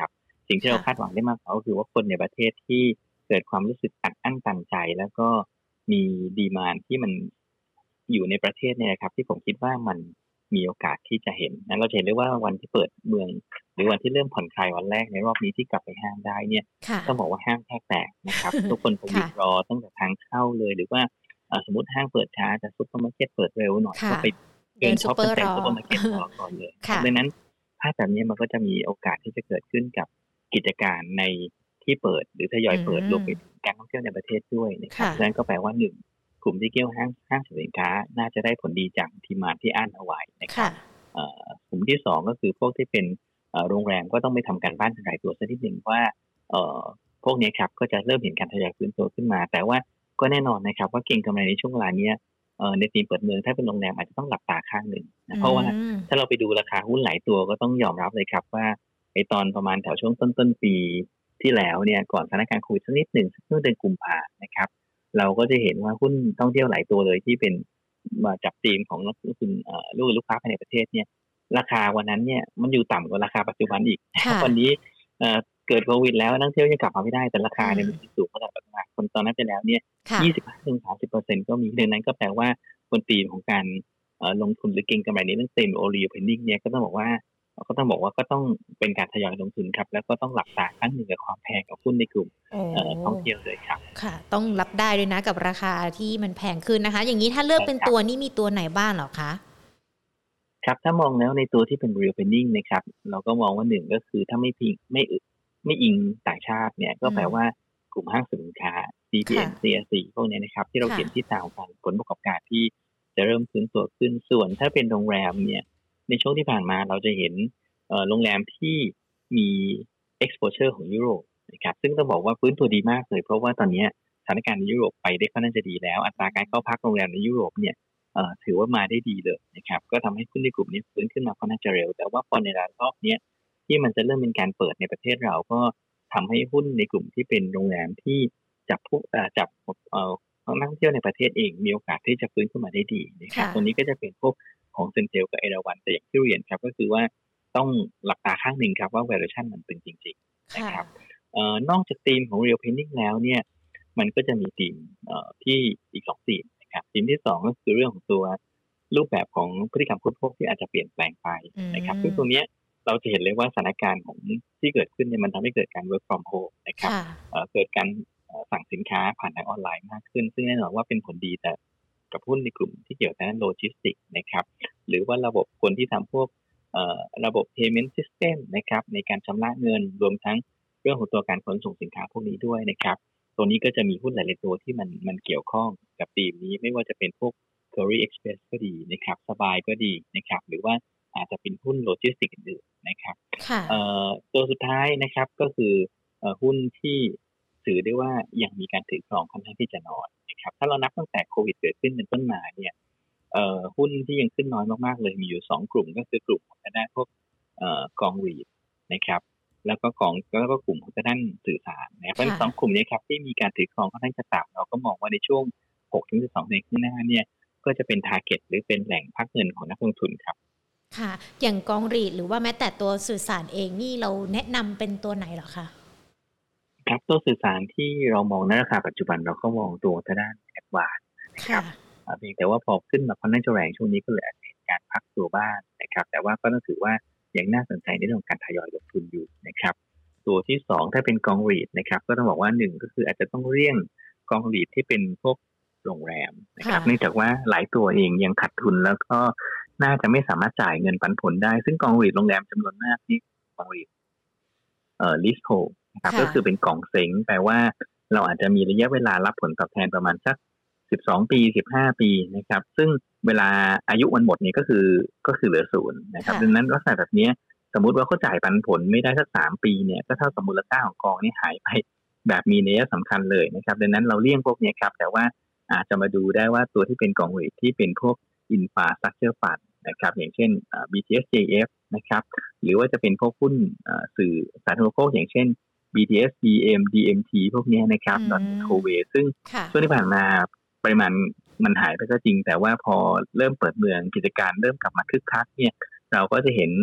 สิ่งที่เราคาดหวังได้มากกว่าก็คือว่าคนในประเทศที่เกิดความรู้สึกอัดอั้นตันใจแล้วก็มีดีมานด์ที่มันอยู่ในประเทศเนี่ยครับที่ผมคิดว่ามันมีโอกาสที่จะเห็นนะเราเห็นได้ว่าวันที่เปิดเมืองหรือวันที่เริ่มผ่อนคลายวันแรกในรอบนี้ที่กลับไปห้างได้เนี่ยต้องบอกว่าห้างแทบแตกนะครับ ทุกคนไปยืนรอตั้งแต่ทางเข้าเลยหรือว่าสมมติห้างเปิดช้าแต่ซุปเปอร์มาร์เก็ตเปิดเร็วหน่อยก็ไปเดินช็อปกันแต่ซุปเปอร์มาร์เก็ตรอก่อนเลยดังนั้นภาพแบบนี้มันก็จะมีโอกาสที่จะเกิดขึ้นกับกิจการในที่เปิดหรือทยอยเปิดรวมไปถึงการท่องเที่ยวในประเทศด้วยนะครับดังนั้นก็แปลว่าหนึ่งกลุ่มที่เกี่ยวห้างห้างสินค้าน่าจะได้ผลดีจากทีมานที่อั้นเอาไว้นะครับกลุ่มที่สองก็คือพวกที่เป็นโรงแรมก็ต้องไปทำการบ้านรายตัวสักนิดหนึ่งว่าพวกนี้ครับก็จะเริ่มเห็นการทยอยฟื้นตัวขึ้นมาแต่ว่าก็แน่นอนนะครับว่าเก็งกำไรในช่วงเวลานี้ในทีมเปิดเมืองถ้าเป็นโรงแรมอาจจะต้องหลับตาข้างหนึ่งนะเพราะว่าถ้าเราไปดูราคาหุ้นหลายตัวก็ต้องยอมรับเลยครับว่าไอตอนประมาณแถวช่วงต้นต้นปีที่แล้วเนี่ยก่อนสถานการณ์โควิดสักนิดหนึ่งสักเดือนกุมภาพันธ์นะครับเราก็จะเห็นว่าหุ้นท่องเที่ยวหลายตัวเลยที่เป็นมาจับธีมของนักลงทุนลูกลูกค้าภายในประเทศเนี่ยราคาวันนั้นเนี่ยมันอยู่ต่ำกว่าราคาปัจจุบันอีกวันนี้เกิดโควิดแล้วนักท่องเที่ยวยังกลับมาไม่ได้แต่ราคาเนี่ยมันสูงกว่าปัจจุบันคนตอนนั้นไปแล้วเนี่ย ยี่สิบห้าถึงสามสิบเปอร์เซ็นต์ ก็มีดังนั้นก็แปลว่าคนธีมของการลงทุนหรือเก็งกำไรในเรื่องเต็มโอรีเพนนิ่งเนี่ยก็ต้องบอกว่าก็ต้องบอกว่าก็ต้องเป็นการทยอยลงทุนครับแล้วก็ต้องหลับตาครั้งหนึ่งกับความแพงของหุ้นในกลุ่มท่องเที่ยวเลยครับค่ะต้องรับได้ด้วยนะกับราคาที่มันแพงขึ้นนะคะอย่างนี้ถ้าเลือกเป็นตัวนี่มีตัวไหนบ้างหรอคะครับถ้ามองแล้วในตัวที่เป็น real pending นะครับเราก็มองว่าหนึ่งก็คือถ้าไม่พิงไม่ไม่อิงต่างชาติเนี่ยก็แปลว่ากลุ่มห้างสินค้า ซี พี เอ็ม ซี เอส ซี พวกนี้นะครับที่เราเห็นที่ตามกันผลประกอบการที่จะเริ่มฟื้นตัวขึ้นส่วนถ้าเป็นโรงแรมเนี่ยในช่วงที่ผ่านมาเราจะเห็นโรงแรมที่มี exposure ของยุโรปนะครับซึ่งต้องบอกว่าฟื้นตัวดีมากเลยเพราะว่าตอนนี้สถานการณ์ในยุโรปไปได้ค่อนข้างจะดีแล้วอัตราการเข้าพักโรงแรมในยุโรปเนี่ยถือว่ามาได้ดีเลยนะครับก็ทำให้หุ้นในกลุ่มนี้ฟื้นขึ้นมาค่อนข้างจะเร็วแต่ว่าพอในรอบนี้ที่มันจะเริ่มเป็นการเปิดในประเทศเราก็ทำให้หุ้นในกลุ่มที่เป็นโรงแรมที่จับผู้จับนักท่องเที่ยวในประเทศเองมีโอกาสที่จะฟื้นขึ้นมาได้ดีนะครับตรงนี้ก็จะเป็นพวกของเซนเทลกับเอราวันแต่อย่างที่เรียนครับก็คือว่าต้องหลับตาข้างหนึ่งครับว่า valuation มันเป็นจริงๆนะครับนอกจากธีมของ real pending แล้วเนี่ยมันก็จะมีธีมที่อีกสองธีมนะครับธีมที่สองก็คือเรื่องของตัวรูปแบบของพฤติกรรมผู้บริโภคที่อาจจะเปลี่ยนแปลงไปนะครับซึ่งตรงนี้เราจะเห็นเลยว่าสถานการณ์ของที่เกิดขึ้นเนี่ยมันทำให้เกิดการ work from home นะครับเกิดการสั่งสินค้าผ่านทางออนไลน์มากขึ้นซึ่งแน่นอนว่าเป็นผลดีแต่กับหุ้นในกลุ่มที่เกี่ยวกับด้านโลจิสติกส์นะครับหรือว่าระบบคนที่ทำพวกระบบ payment system นะครับในการชำระเงินรวมทั้งเรื่องของตัวการขนส่งสินค้าพวกนี้ด้วยนะครับตัวนี้ก็จะมีหุ้นหลายๆตัวที่มันมันเกี่ยวข้องกับธีมนี้ไม่ว่าจะเป็นพวก Curry Express ก็ดีนะครับสบายก็ดีนะครับหรือว่าอาจจะเป็นหุ้นโลจิสติกส์อื่นๆนะครับตัวสุดท้ายนะครับก็คือหุ้นที่ถือได้ว่ายังมีการถือครองค่อนข้างที่จะน้อยนะครับถ้าเรานับตั้งแต่โควิดเกิดขึ้นเป็นต้นมาเนี่ยหุ้นที่ยังขึ้นน้อยมากๆเลยมีอยู่สองกลุ่มก็คือกลุ่มของด้านพวกกองรีทนะครับแล้วก็กองแล้วก็กลุ่มของด้านสื่อสารนะเพราะสองกลุ่มนี้ครับที่มีการถือครองค่อนข้างจะต่ำเราก็มองว่าในช่วง หกถึงสิบสอง เดือนข้างหน้าเนี่ยก็จะเป็นทาร์เก็ตหรือเป็นแหล่งพักเงินของนักลงทุนครับค่ะอย่างกองรีทหรือว่าแม้แต่ตัวสื่อสารเองนี่เราแนะนำเป็นตัวไหนหรอคะครับตัวสื่อสารที่เรามองในราคาปัจจุบันเราก็มองตัวทางด้านแอดวานซ์นะครับเพียงแต่ว่าพอขึ้นมาค่อนข้างจะแรงช่วงนี้ก็เลยอาจจะเห็นการพักตัวบ้างนะครับแต่ว่าก็ต้องถือว่ายังน่าสนใจในเรื่องของการทยอยลงทุนอยู่นะครับตัวที่สองถ้าเป็นกองรีทนะครับก็ต้องบอกว่าหนึ่งก็คืออาจจะต้องเลี่ยงกองรีทที่เป็นพวกโรงแรมนะครับเนื่องจากว่าหลายตัวเองยังขาดทุนแล้วก็น่าจะไม่สามารถจ่ายเงินปันผลได้ซึ่งกองรีทโรงแรมจำนวนมากนี่กองรีทเอ่อลิสโฮนะครับก็คือเป็นกองเซ้งแปลว่าเราอาจจะมีระยะเวลารับผลตอบแทนประมาณสักสิบสองปีสิบห้าปีนะครับซึ่งเวลาอายุมันหมดเนี่ยก็คือก็คือเหลือศูนย์นะครับดังนั้นลักษณะแบบนี้สมมุติว่าเขาจ่ายปันผลไม่ได้สักสามปีเนี่ยก็เท่ากับมูลค่าของกองนี่หายไปแบบมีนัยสำคัญเลยนะครับดังนั้นเราเลี่ยงพวกนี้ครับแต่ว่าอาจจะมาดูได้ว่าตัวที่เป็นกองรีทที่เป็นพวก Infrastructure Fund นะครับอย่างเช่น บี ที เอส เจ เอฟ นะครับหรือว่าจะเป็นพวกหุ้นสื่อสาธารณูปโภคอย่างเช่น บี ที เอส บี เอ็ม ดี เอ็ม ที พวกนี้นะครับดอทโทเวซึ่งช่วงที่ผ่านมาปริมาณมันหายไปก็จริงแต่ว่าพอเริ่มเปิดเมืองกิจการเริ่มกลับมาคึกคักเนี่ยเราก็จะเห็น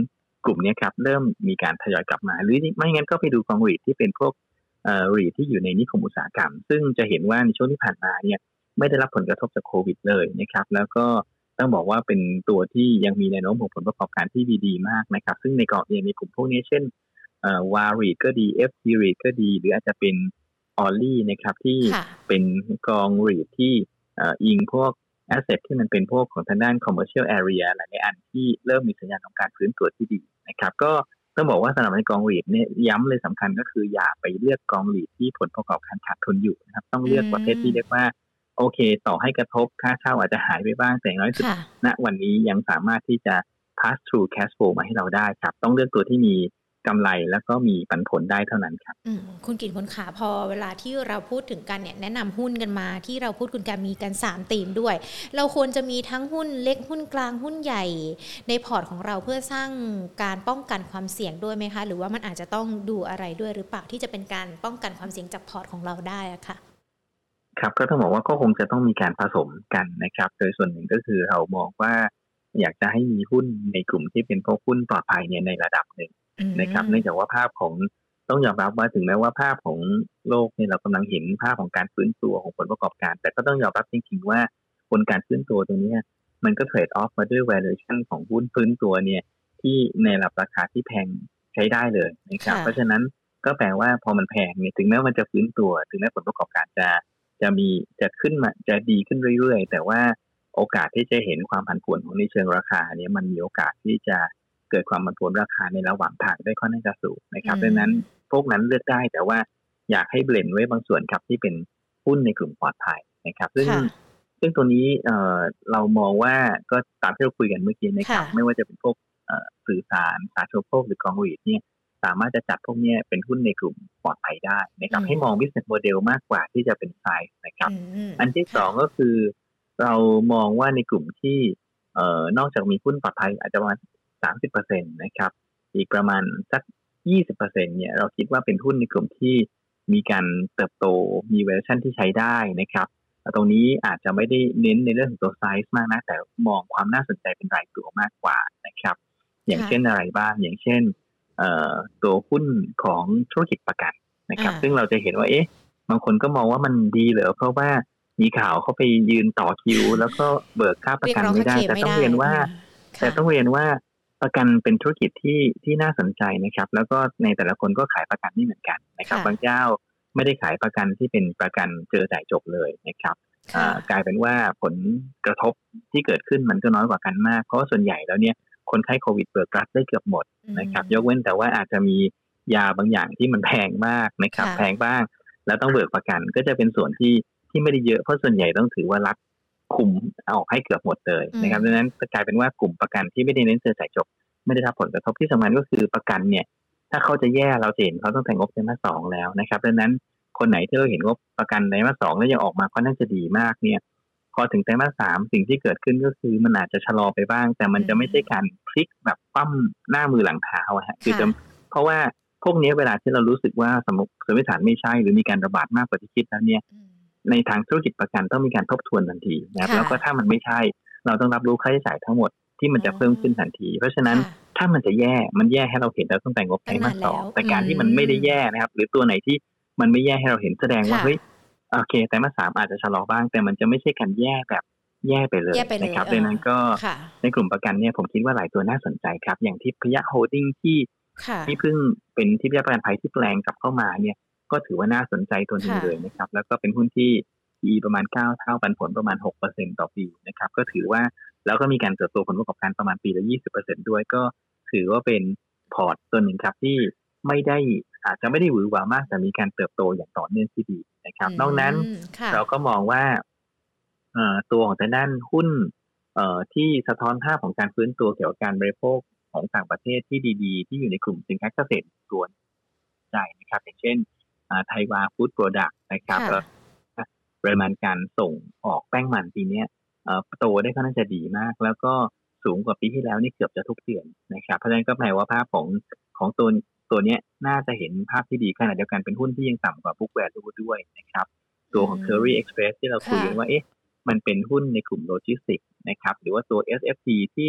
กลุ่มนี้ครับเริ่มมีการทยอยกลับมาหรือไม่งั้นก็ไปดูกอง รีท ที่เป็นพวกเอ่อ รีท ที่อยู่ในนิคมอุตสาหกรรมซึ่งจะเห็นว่าในช่วงที่ผ่านมาเนี่ยไม่ได้รับผลกระทบจากโควิดเลยนะครับแล้วก็ต้องบอกว่าเป็นตัวที่ยังมีแนวโน้มของผลประกอบการที่ดีๆมากนะครับซึ่งในกองเองในกลุ่มพวกนี้เช่นเอ่อ วา รีท ก็ดี เอฟ ที รีท ก็ดีหรืออาจจะเป็น ออลลี่ นะครับที่เป็นกอง รีท ที่เอ่ออิงพวก asset ที่มันเป็นพวกของทางด้าน commercial area หลายๆอันที่เริ่มมีสัญญาณของการฟื้นตัวที่ดีนะครับก็ต้องบอกว่าสำหรับในกอง รีท เนี่ยย้ำเลยสำคัญก็คืออย่าไปเลือกกอง รีท ที่ผลประกอบการขาดทุนอยู่นะครับต้องเลือกประเภทที่เรียกว่าโอเคต่อให้กระทบค่าเช่าอาจจะหายไปบ้างแต่อย่างน้อยสุดณวันนี้ยังสามารถที่จะ pass through cash flow มาให้เราได้ครับต้องเลือกตัวที่มีกำไรแล้วก็มีปันผลได้เท่านั้นครับคุณกิตคุณขาพอเวลาที่เราพูดถึงกันเนี่ยแนะนำหุ้นกันมาที่เราพูดคุณการมีกันสามธีมด้วยเราควรจะมีทั้งหุ้นเล็กหุ้นกลางหุ้นใหญ่ในพอร์ตของเราเพื่อสร้างการป้องกันความเสี่ยงด้วยไหมคะหรือว่ามันอาจจะต้องดูอะไรด้วยหรือเปล่าที่จะเป็นการป้องกันความเสี่ยงจากพอร์ตของเราได้อะค่ะครับก็ต้องบอกว่าก็คงจะต้องมีการผสมกันนะครับโดยส่วนหนึ่งก็คือเรามองว่าอยากจะให้มีหุ้นในกลุ่มที่เป็นพวกหุ้นปลอดภัยเนี่ยในระดับหนึ่งนะครับเนื่องจากว่าภาพของต้องยอมรับว่าถึงแม้ว่าภาพของโลกเนี่ยเรากำลังเห็นภาพของการฟื้นตัวของผลประกอบการแต่ก็ต้องยอมรับจริงๆว่าผลการฟื้นตัวตรงนี้มันก็เทรดออฟมาด้วย valuation ของหุ้นฟื้นตัวเนี่ยที่ในระดับราคาที่แพงใช้ได้เลยนะครับเพราะฉะนั้นก็แปลว่าพอมันแพงเนี่ยถึงแม้มันจะฟื้นตัวถึงแม้ผลประกอบการจะจะมีจะขึ้นมาจะดีขึ้นเรื่อยๆแต่ว่าโอกาสที่จะเห็นความผันผวนของในเชิงราคาเนี่ยมันมีโอกาสที่จะเกิดความผันผวนราคาในระหว่างทางได้ค่อนข้างจะสูงนะครับดังนั้นพวกนั้นเลือกได้แต่ว่าอยากให้เบลนด์ไว้บางส่วนครับที่เป็นหุ้นในกลุ่มปลอดภัยนะครับซึ่งซึ่งตัวนี้เอ่อเรามองว่าก็ตามที่เราคุยกันเมื่อกี้นะครับไม่ว่าจะเป็นพวกสื่อสารสาธารณูปโภคหรือกอง รีท เนี่ยสามารถจะจัดพวกนี้เป็นหุ้นในกลุ่มปลอดภัยได้นะครับให้มอง business model มากกว่าที่จะเป็นไซส์นะครับอันที่สองก็คือเรามองว่าในกลุ่มที่เอ่อนอกจากมีหุ้นปลอดภัยอาจจะประมาณ สามสิบเปอร์เซ็นต์ นะครับอีกประมาณสัก ยี่สิบเปอร์เซ็นต์ เนี่ยเราคิดว่าเป็นหุ้นในกลุ่มที่มีการเติบโตมี valuation ที่ใช้ได้นะครับตรงนี้อาจจะไม่ได้เน้นในเรื่องของตัวไซส์มากนะแต่มองความน่าสนใจเป็นรายตัวมากกว่านะครับอย่างเช่นอะไรบ้างอย่างเช่นตัวหุ้นของธุรกิจประกันนะครับซึ่งเราจะเห็นว่าเอ๊ะบางคนก็มองว่ามันดีเหรอเพราะว่ามีข่าวเขาไปยืนต่อคิวแล้วก็เบิกค่าประกันไม่ได้แต่ต้องเรียนว่าแต่ต้องเรียนว่าประกันเป็นธุรกิจที่ที่น่าสนใจนะครับแล้วก็ในแต่ละคนก็ขายประกันไม่เหมือนกันนะครับบางเจ้าไม่ได้ขายประกันที่เป็นประกันเจอจ่ายจบเลยนะครับกลายเป็นว่าผลกระทบที่เกิดขึ้นมันก็น้อยกว่ากันมากเพราะว่าส่วนใหญ่แล้วเนี่ยคนไข้โควิดเบิกรัฐได้เกือบหมดนะครับยกเว้นแต่ว่าอาจจะมียาบางอย่างที่มันแพงมากนะครับแพงบ้างแล้วต้องเบิกประกันก็จะเป็นส่วนที่ที่ไม่ได้เยอะเพราะส่วนใหญ่ต้องถือว่ารัฐคุมเอาออกให้เกือบหมดเลยนะครับดังนั้นกลายเป็นว่ากลุ่มประกันที่ไม่ได้เน้นเจอจ่ายจบไม่ได้รับผลกระทบที่สำคัญก็คือประกันเนี่ยถ้าเขาจะแย่เราจะเห็นเขาต้องแต่งงบไตรมาสสองแล้วนะครับดังนั้นคนไหนที่เราเห็นว่าประกันไตรมาสสองแล้วยังออกมาก็น่าจะดีมากเนี่ยพอถึงไตรมาสสามสิ่งที่เกิดขึ้นก็คือมันอาจจะชะลอไปบ้างแต่มันจะไม่ใช่การพลิกแบบคว่ำหน้ามือหลังเท้าอะฮะคือจะเพราะว่าพวกนี้เวลาที่เรารู้สึกว่าสมมติสมมติฐานไม่ใช่หรือมีการระบาดมากกว่าที่คิดแล้วเนี่ยในทางธุรกิจประกันต้องมีการทบทวนทันทีนะครับแล้วก็ถ้ามันไม่ใช่เราต้องรับรู้ค่าใช้จ่ายทั้งหมดที่มันจะเพิ่มขึ้นทันทีเพราะฉะนั้นถ้ามันจะแย่มันแย่ให้เราเห็นแล้วตั้งแต่งบไตรมาสสองแต่การที่มันไม่ได้แย่นะครับหรือตัวไหนที่มันไม่แย่ให้เราเห็นแสดงว่าเฮ้ยโอเคไตรมาสสามอาจจะชะลอบ้างแต่มันจะไม่ใช่การแย่แบบแย่ไปเลยนะครับดังนั้นก็ในกลุ่มประกันเนี่ยผมคิดว่าหลายตัวน่าสนใจครับอย่างที่พยะโฮลดิ้งที่ที่เพิ่งเป็นที่พยะประกันภัยที่แปลงกลับเข้ามาเนี่ยก็ถือว่าน่าสนใจตัวนึงเลยนะครับแล้วก็เป็นหุ้นที่ พี อี ประมาณเก้าเท่าปันผลประมาณ หกเปอร์เซ็นต์ ต่อปีนะครับก็ถือว่าแล้วก็มีการเติบโตผลประกอบการประมาณปีละ ยี่สิบเปอร์เซ็นต์ ด้วยก็ถือว่าเป็นพอร์ตตัวหนึ่งครับที่ไม่ได้อาจจะไม่ได้หวือหวามากแต่มีการเติบโตอย่างต่อเนื่องที่ดีนะครับนอกนั้นเราก็มองว่าตัวของแต่ด้านหุ้นที่สะท้อนภาพของการฟื้นตัวเกี่ยวกับการบริโภคของต่างประเทศที่ดีๆที่อยู่ในกลุ่มสินค้าเกษตรส่วนใหญ่นะครับอย่างเช่นไทยวาฟู้ดโปรดักต์นะครับปริมาณการส่งออกแป้งมันปีนี้โตได้ค่อนข้างจะดีมากแล้วก็สูงกว่าปีที่แล้วนี่เกือบจะทุกเดือนนะครับเพราะฉะนั้นก็แปลว่าภาพของของตัวตัวนี้น่าจะเห็นภาพที่ดีขณะเดียวกันเป็นหุ้นที่ยังต่ำกว่า book value ด้วยนะครับตัวของ Curry Express ที่เราคุยกันว่าเอ๊ะมันเป็นหุ้นในกลุ่มโลจิสติกส์นะครับหรือว่าตัว เอส เอฟ ที ที่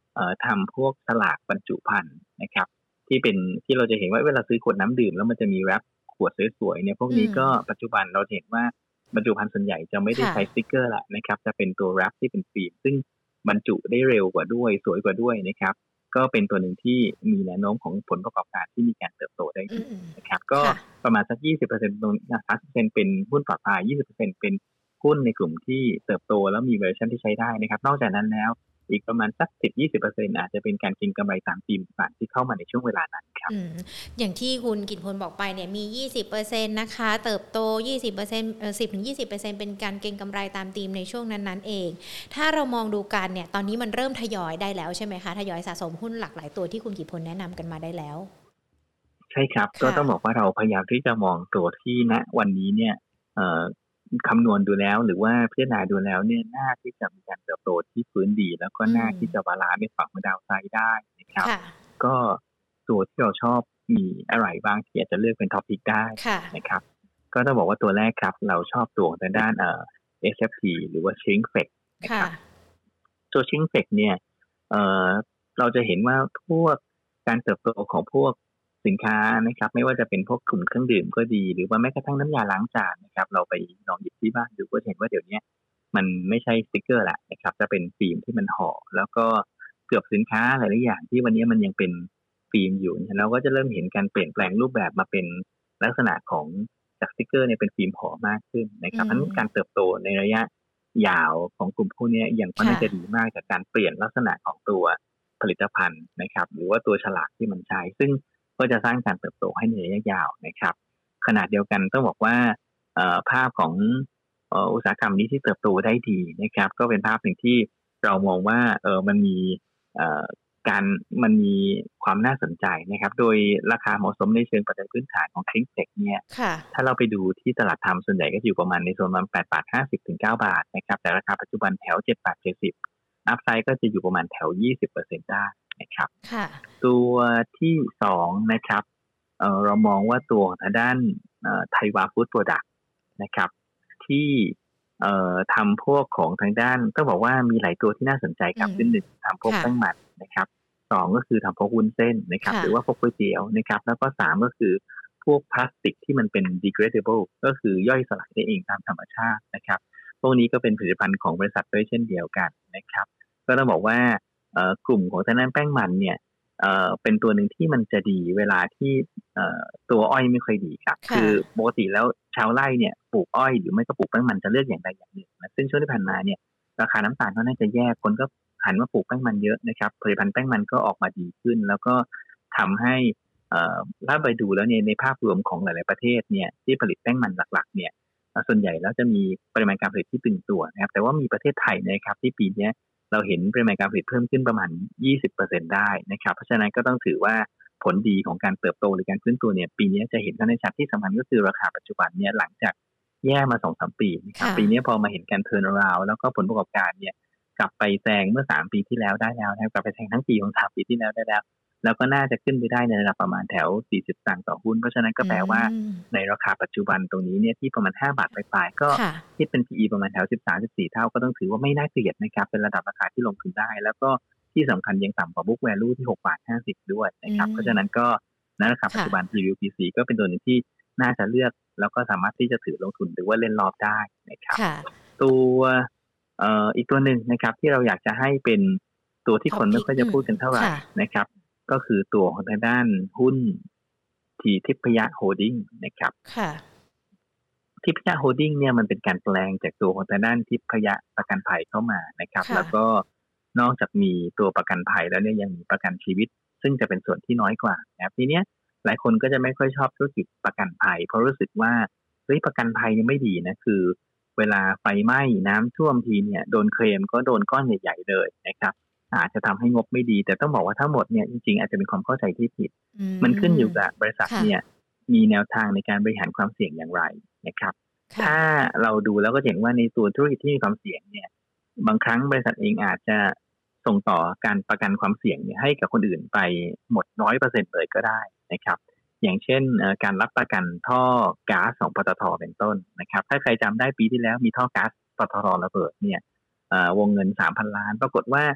เอ่อทำพวกฉลากบรรจุภัณฑ์นะครับที่เป็นที่เราจะเห็นว่าเวลาซื้อขวดน้ำดื่มแล้วมันจะมีแรปขวดสวยๆเนี่ยพวกนี้ก็ปัจจุบันเราเห็นว่าบรรจุภัณฑ์ส่วนใหญ่จะไม่ได้ใช้สติ๊กเกอร์ละนะครับจะเป็นตัวแรปที่เป็นฟิล์มซึ่งบรรจุได้เร็วกว่าด้วยสวยกว่าด้วยนะครับก็เป็นตัวหนึ่งที่มีแนวโน้มของผลประกอบการที่มีการเติบโตได้ดีนะครับก็ประมาณสัก ยี่สิบเปอร์เซ็นต์ ตรงนี้ สามสิบเปอร์เซ็นต์ เป็นหุ้นปลอดภัย ยี่สิบเปอร์เซ็นต์ เป็นหุ้นในกลุ่มที่เติบโตแล้วมี valuation ที่ใช้ได้นะครับนอกจากนั้นแล้วอีกประมาณสัก สิบถึงยี่สิบเปอร์เซ็นต์ อาจจะเป็นการเก็งกำไรตามธีมต่างที่เข้ามาในช่วงเวลานั้นครับอ, อย่างที่คุณกิตพลบอกไปเนี่ยมี ยี่สิบเปอร์เซ็นต์ นะคะเติบโต ยี่สิบเปอร์เซ็นต์ เอ่อ สิบถึงยี่สิบเปอร์เซ็นต์ เป็นการเก็งกำไรตามธีมในช่วงนั้นๆเองถ้าเรามองดูกันเนี่ยตอนนี้มันเริ่มทยอยได้แล้วใช่ไหมคะทยอยสะสมหุ้นหลากหลายตัวที่คุณกิตพลแนะนำกันมาได้แล้วใช่ครับก็ต้องบอกว่าเราพยายามที่จะมองตัวที่ณวันนี้เนี่ยเอ่อคำนวณดูแล้วหรือว่าพิจารณาดูแล้วเนี่ยน่าที่จะมีการเติบโตที่ฟื้นดีแล้วก็น่าที่จะบาลานซ์ในฝั่งของดาวไซด์ได้นะครับก็ตัวที่เราชอบมีอะไรบ้างที่อาจจะเลือกเป็นท็อปพิกได้นะครับก็ต้องบอกว่าตัวแรกครับเราชอบตัวในด้านเอ่อ เอส เอฟ ที หรือว่า Shrink Effect นะครับตัว Shrink Effect เนี่ยเอ่อเราจะเห็นว่าพวกการเติบโตของพวกสินค้านะครับไม่ว่าจะเป็นพวกกลุ่มเครื่องดื่มก็ดีหรือว่าแม้กระทั่งน้ำยาล้างจานนะครับเราไปลองหยิบที่บ้านดูก็เห็นว่าเดี๋ยวนี้มันไม่ใช่สติ๊กเกอร์ละนะครับจะเป็นฟิล์มที่มันห่อแล้วก็เกือบสินค้าหลายๆอย่างที่วันนี้มันยังเป็นฟิล์มอยู่เราก็จะเริ่มเห็นการเปลี่ยนแปลงรูปแบบมาเป็นลักษณะของจากสติ๊กเกอร์เนี่ยเป็นฟิล์มห่อมากขึ้นนะครับเพราะฉะนั้นการเติบโตในระยะยาวของกลุ่มพวกนี้ยังก็น่าจะดีมากจากการเปลี่ยนลักษณะของตัวผลิตภัณฑ์นะครับหรือว่าตัวฉลากที่มันใช้ซึ่งก็จะสร้างการเติบโตให้ในระยะยาวนะครับขณะเดียวกันต้องบอกว่าภาพของอุตสาหกรรมนี้ที่เติบโตได้ดีนะครับก็เป็นภาพหนึ่งที่เรามองว่าเออมันมีการมันมีความน่าสนใจนะครับโดยราคาเหมาะสมในเชิงปัจจัยพื้นฐานของ Shrink Effect เนี่ยถ้าเราไปดูที่ตลาดทำส่วนใหญ่ก็อยู่ประมาณในโซนประมาณแปดบาทห้าสิบถึงเก้าบาทนะครับแต่ราคาปัจจุบันแถวเจ็ดบาทเจ็ดสิบอัพไซด์ก็จะอยู่ประมาณแถว ยี่สิบเปอร์เซ็นต์ ได้นะครับตัวที่สองนะครับเอ่อเรามองว่าตัวทางด้านเอ่อไทยวาฟู้ดโปรดักต์นะครับที่เอ่อทำพวกของทางด้านต้องบอกว่ามีหลายตัวที่น่าสนใจครับคือหนึ่งทำพวกแป้งมันนะครับสองก็คือทำพวกวุ้นเส้นนะครับหรือว่าพวกก๋วยเตี๋ยวนะครับแล้วก็สามก็คือพวกพลาสติกที่มันเป็น degradable ก็คือย่อยสลายได้เองตามธรรมชาตินะครับพวกนี้ก็เป็นผลิตภัณฑ์ของบริษัทด้วยเช่นเดียวกันนะครับก็ต้องบอกว่ากลุ่มของทางด้านแป้งมันเนี่ยเอ่อเป็นตัวหนึ่งที่มันจะดีเวลาที่เอ่อตัวอ้อยไม่ค่อยดีครับคือปกติแล้วชาวไร่เนี่ยปลูกอ้อยหรือไม่ก็ปลูกแป้งมันจะเลือกอย่างใดอย่างหนึ่งนะซึ่งช่วงที่ผ่านมาเนี่ยราคาน้ำตาลก็น่าจะแย่คนก็หันมาปลูกแป้งมันเยอะนะครับผลิตภัณฑ์แป้งมันก็ออกมาดีขึ้นแล้วก็ทำให้เอ่อถ้าไปดูแล้วเนี่ยในภาพรวมของหลายๆประเทศเนี่ยที่ผลิตแป้งมันหลักๆเนี่ยส่วนใหญ่แล้วจะมีปริมาณการผลิตที่ตึงตัวนะครับแต่ว่ามีประเทศไทยนะครับที่ปีนี้เราเห็นปริมาณการผลิตเพิ่มขึ้นประมาณ ยี่สิบเปอร์เซ็นต์ ได้นะครับเพราะฉะนั้นก็ต้องถือว่าผลดีของการเติบโตหรือการฟื้นตัวเนี่ยปีนี้จะเห็นกันในชัดที่สำคัญก็คือราคาปัจจุบันเนี่ยหลังจากแย่มา สองถึงสาม ปีนะครับปีนี้พอมาเห็นการเทิร์นอราวด์แล้วก็ผลประกอบการเนี่ยกลับไปแซงเมื่อสามปีที่แล้วได้แล้วนะครับกลับไปแซงทั้งปีของสามปีที่แล้วได้แล้วแล้วก็น่าจะขึ้นไปได้ในระดับประมาณแถวสี่สิบสตางค์ต่อหุ้นเพราะฉะนั้นก็แปลว่าในราคาปัจจุบันตรงนี้เนี่ยที่ประมาณห้าบาทปลายๆก็คิดเป็น พี อี ประมาณแถวสิบสาม สิบสี่เท่าก็ต้องถือว่าไม่น่าเกลียดนะครับเป็นระดับราคาที่ลงทุนได้แล้วก็ที่สำคัญยังต่ำกว่า book value ที่หกบาทห้าสิบด้วยนะครับเพราะฉะนั้นก็ในราคาปัจจุบัน พี อี พี ซี ก็เป็นตัวนึงที่น่าจะเลือกแล้วก็สามารถที่จะถือลงทุนหรือว่าเล่นรอบได้นะครับตัวเอ่ออีกตัวนึงนะครับที่เราอยากจะให้เป็นตัวที่คนไม่ค่อยจะพูดกันเท่าไหร่นะครับก็คือตัวของทางด้านหุ้นทีทิพยโฮลดิ้งนะครับทิพยโฮลดิ้งเนี่ยมันเป็นการแปลงจากตัวของทางด้านทิพยประกันภัยเข้ามานะครับแล้วก็นอกจากมีตัวประกันภัยแล้วเนี่ยยังมีประกันชีวิตซึ่งจะเป็นส่วนที่น้อยกว่านะครับทีเนี้ยหลายคนก็จะไม่ค่อยชอบธุรกิจประกันภัยเพราะรู้สึกว่าเฮ้ยประกันภัยเนี่ยไม่ดีนะคือเวลาไฟไหม้น้ำท่วมทีเนี่ยโดนเคลมก็โดนก้อนใหญ่ๆเลยนะครับอาจจะทำให้งบไม่ดีแต่ต้องบอกว่าทั้งหมดเนี่ยจริงๆอาจจะเป็นความเข้าใจที่ผิดมันขึ้นอยู่กับบริษัทเนี่ยมีแนวทางในการบริหารความเสี่ยงอย่างไรนะครับถ้าเราดูแล้วก็เห็นว่าในตัวธุรกิจที่มีความเสี่ยงเนี่ยบางครั้งบริษัทเองอาจจะส่งต่อการประกันความเสี่ยงเนี่ยให้กับคนอื่นไปหมด ร้อยเปอร์เซ็นต์ เลยก็ได้นะครับอย่างเช่นการรับประกันท่อก๊าซของปตท.เป็นต้นนะครับถ้าใครจำได้ปีที่แล้วมีท่อก๊าซปตท.ระเบิดเนี่ยวงเงิน สามพัน ล้านปรากฏว่า